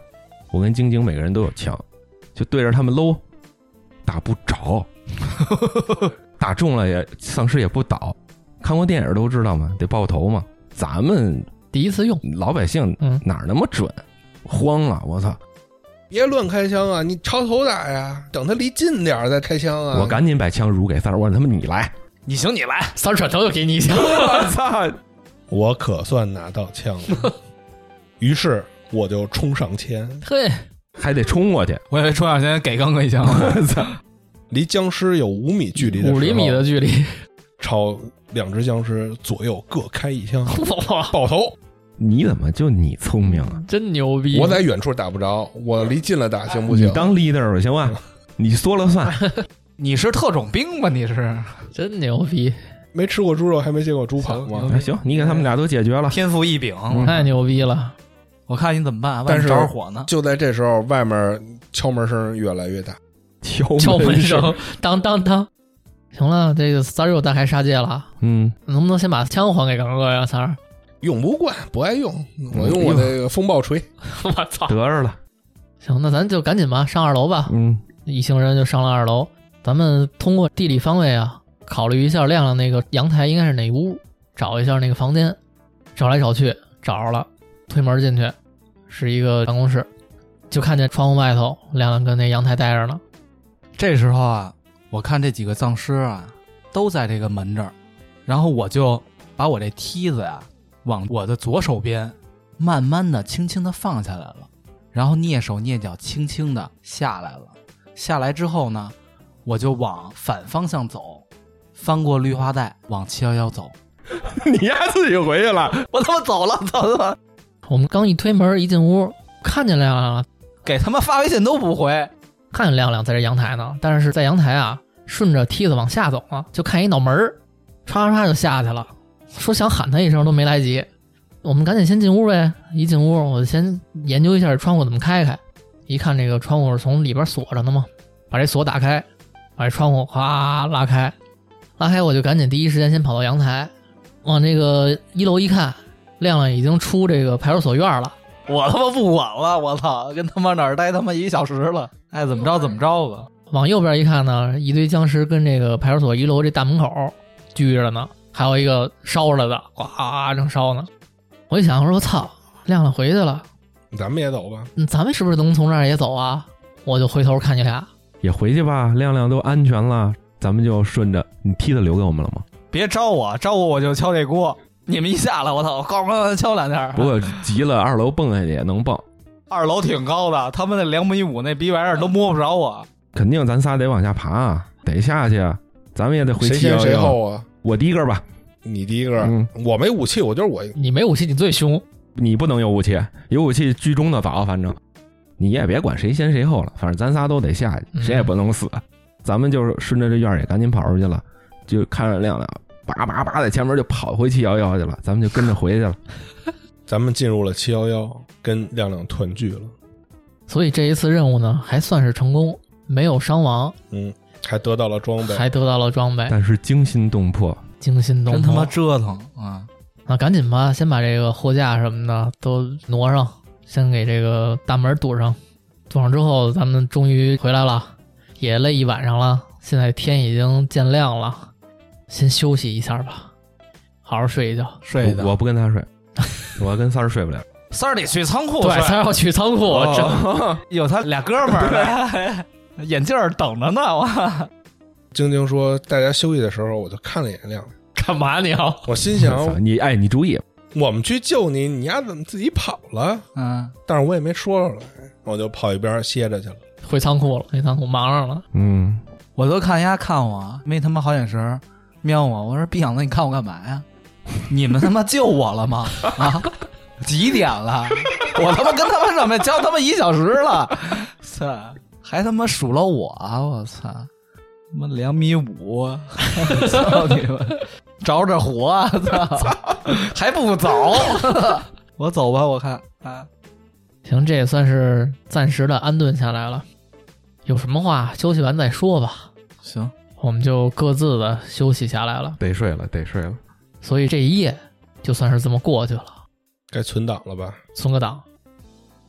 我跟晶晶每个人都有枪，就对着他们搂，打不着，打中了也丧尸也不倒。看过电影都知道嘛，得爆头嘛。咱们第一次用， 老百姓哪那么准？嗯、慌了，我操！ 别乱开枪啊！你朝头打呀，等他离近点再开枪啊！ 我赶紧把枪如给三儿，我说他妈你来， 你行你来， 三儿转头就给你一枪。 我操！ 我可算拿到枪了。于是我就冲上前， 嘿， 还得冲过去。 我以为冲上前给刚哥一枪。我操！ 离僵尸有五米距离的时候， 五厘米的距离， 朝两只僵尸左右各开一枪，爆头。 你怎么就你聪明啊？ 真牛逼！ 我在远处打不着，我离近了打行不行？ 你当 leader 吧，行吧？你说了算。 你是特种兵吧？你是真牛逼！ 没吃过猪肉，还没见过猪跑吗？ 哎、行，你给他们俩都解决了， 天赋异禀， 嗯、太牛逼了！ 我看你怎么办？ 但是着火呢。 就在这时候，外面敲门声越来越大， 敲敲门声， 声，当当当。行了，这个三儿又大开杀戒了。 嗯， 能不能先把枪还给刚哥呀，三儿？ 用不惯，不爱用，我用我那个风暴锤。 我操， 得着了。 行，那咱就赶紧吧，上二楼吧。 嗯， 一行人就上了二楼。咱们通过地理方位啊，考虑一下亮亮那个阳台应该是哪屋，找一下那个房间。找来找去，找着了，推门进去，是一个办公室，就看见窗户外头亮亮跟那阳台待着呢。 这时候啊，我看这几个丧尸啊都在这个门这儿，然后我就把我这梯子呀往我的左手边慢慢的轻轻的放下来了，然后蹑手蹑脚轻轻的下来了。下来之后呢，我就往反方向走，翻过绿化带往七一一走。 你丫自己回去了， 我他妈走了，走了。 我们刚一推门一进屋，看见亮亮了， 给他妈发微信都不回。 看见亮亮在这阳台呢，但是在阳台啊顺着梯子往下走啊，就看一脑门儿，唰唰就下去了。说想喊他一声都没来及，我们赶紧先进屋呗。一进屋我就先研究一下窗户怎么开开，一看这个窗户是从里边锁着的嘛，把这锁打开，把这窗户哗拉开，拉开我就赶紧第一时间先跑到阳台，往这个一楼一看，亮亮已经出这个派出所院了。 我他妈不管了，我操，跟他妈哪儿待他妈一小时了，爱怎么着怎么着吧。 往右边一看呢，一堆僵尸跟这个派出所一楼这大门口聚着呢，还有一个烧了的，哗正烧呢。我一想说操，亮亮回去了， 咱们也走吧。 嗯，咱们是不是能从这儿也走啊？我就回头看你俩， 也回去吧，亮亮都安全了，咱们就顺着。你梯子留给我们了吗？ 别招我，招我我就敲这锅。你们一下来，我操，咣咣敲两下。 不过急了，二楼蹦下去也能蹦。 二楼挺高的，他们那两米五那逼玩意儿都摸不着我。 肯定咱仨得往下爬啊，得下去啊，咱们也得回七一一。 谁先谁后啊？ 我第一个吧。 你第一个、 嗯、 我没武器，我就是我。 你没武器你最凶， 你不能有武器，有武器居中的早。反正你也别管谁先谁后了，反正咱仨都得下去，谁也不能死、嗯、咱们就是顺着这院也赶紧跑出去了，就看着亮亮叭叭叭在前面就跑回七一一去了，咱们就跟着回去了。 咱们进入了七一一，跟亮亮团聚了， 所以这一次任务呢还算是成功，没有伤亡， 嗯，还得到了装备， 还得到了装备， 但是惊心动魄， 惊心动魄， 真他妈折腾啊！ 那赶紧吧，先把这个货架什么的都挪上，先给这个大门堵上。堵上之后，咱们终于回来了，也累一晚上了，现在天已经渐亮了，先休息一下吧，好好睡一觉。 睡的， 我不跟他睡，我跟三儿睡不了。 三儿得去仓库， 对，三儿要去仓库， 哦、有他俩哥们儿，眼镜等着呢。我晶晶说，大家休息的时候，我就看了一眼亮亮。 干嘛你要？ 我心想， 你哎，你注意， 我们去救你，你丫怎么自己跑了？ 嗯， 但是我也没说出来，我就跑一边歇着去了。 回仓库了，回仓库忙上了。 嗯， 我都看人家看我，没他妈好眼神，瞄我。我说逼养子，你看我干嘛呀？你们他妈救我了吗？啊，几点了？我他妈跟他们上面交他妈一小时了，操，还他妈数落我，我操！他妈两米五，操你们！着着火、啊，操，还不走？我走吧，我看啊。 行，这也算是暂时的安顿下来了。有什么话休息完再说吧。 行， 我们就各自的休息下来了。 得睡了，得睡了。 所以这一夜就算是这么过去了。 该存档了吧？ 存个档。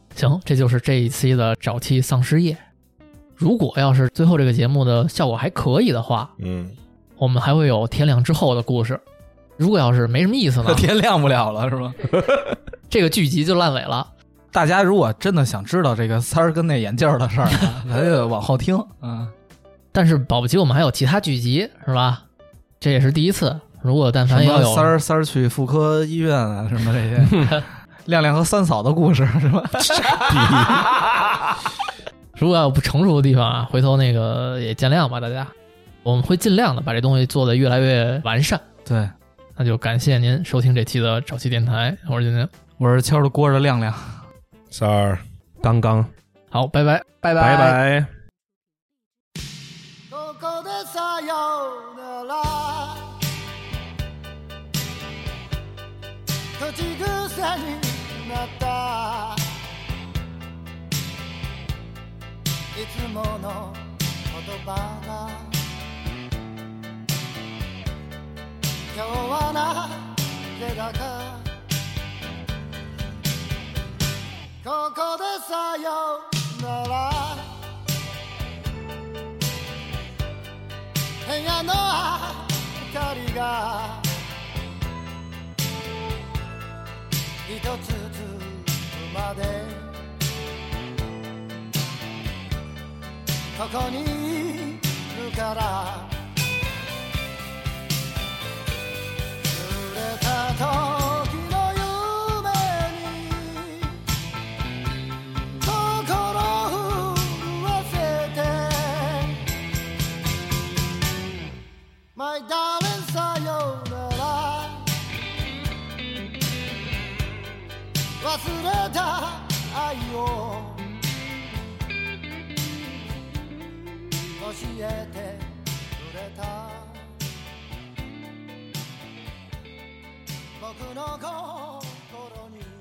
行，这就是这一期的早期丧尸夜。如果要是最后这个节目的效果还可以的话， 嗯， 我们还会有天亮之后的故事。如果要是没什么意思呢， 天亮不了了是吧？ 这个剧集就烂尾了。 大家如果真的想知道这个三儿跟那眼镜儿的事儿啊，咱就往后听。嗯， 但是保不齐我们还有其他剧集，是吧？这也是第一次。如果但凡要有三儿三儿去妇科医院啊，什么这些，亮亮和三嫂的故事是吧？ 如果要有不成熟的地方啊，回头那个也见谅吧，大家。我们会尽量的把这东西做得越来越完善。 对， 那就感谢您收听这期的早期电台，我是金金， 我是敲着锅的亮亮， 三儿， 刚刚， 好，拜拜， 拜拜拜。 口癖になったいつもの言葉が今日はなぜだかここでさよなら部屋の明かりが一つずつまでここにいるから濡れた時の夢に心震わせて My darling さよなら忘れた愛を教えてくれた僕の心に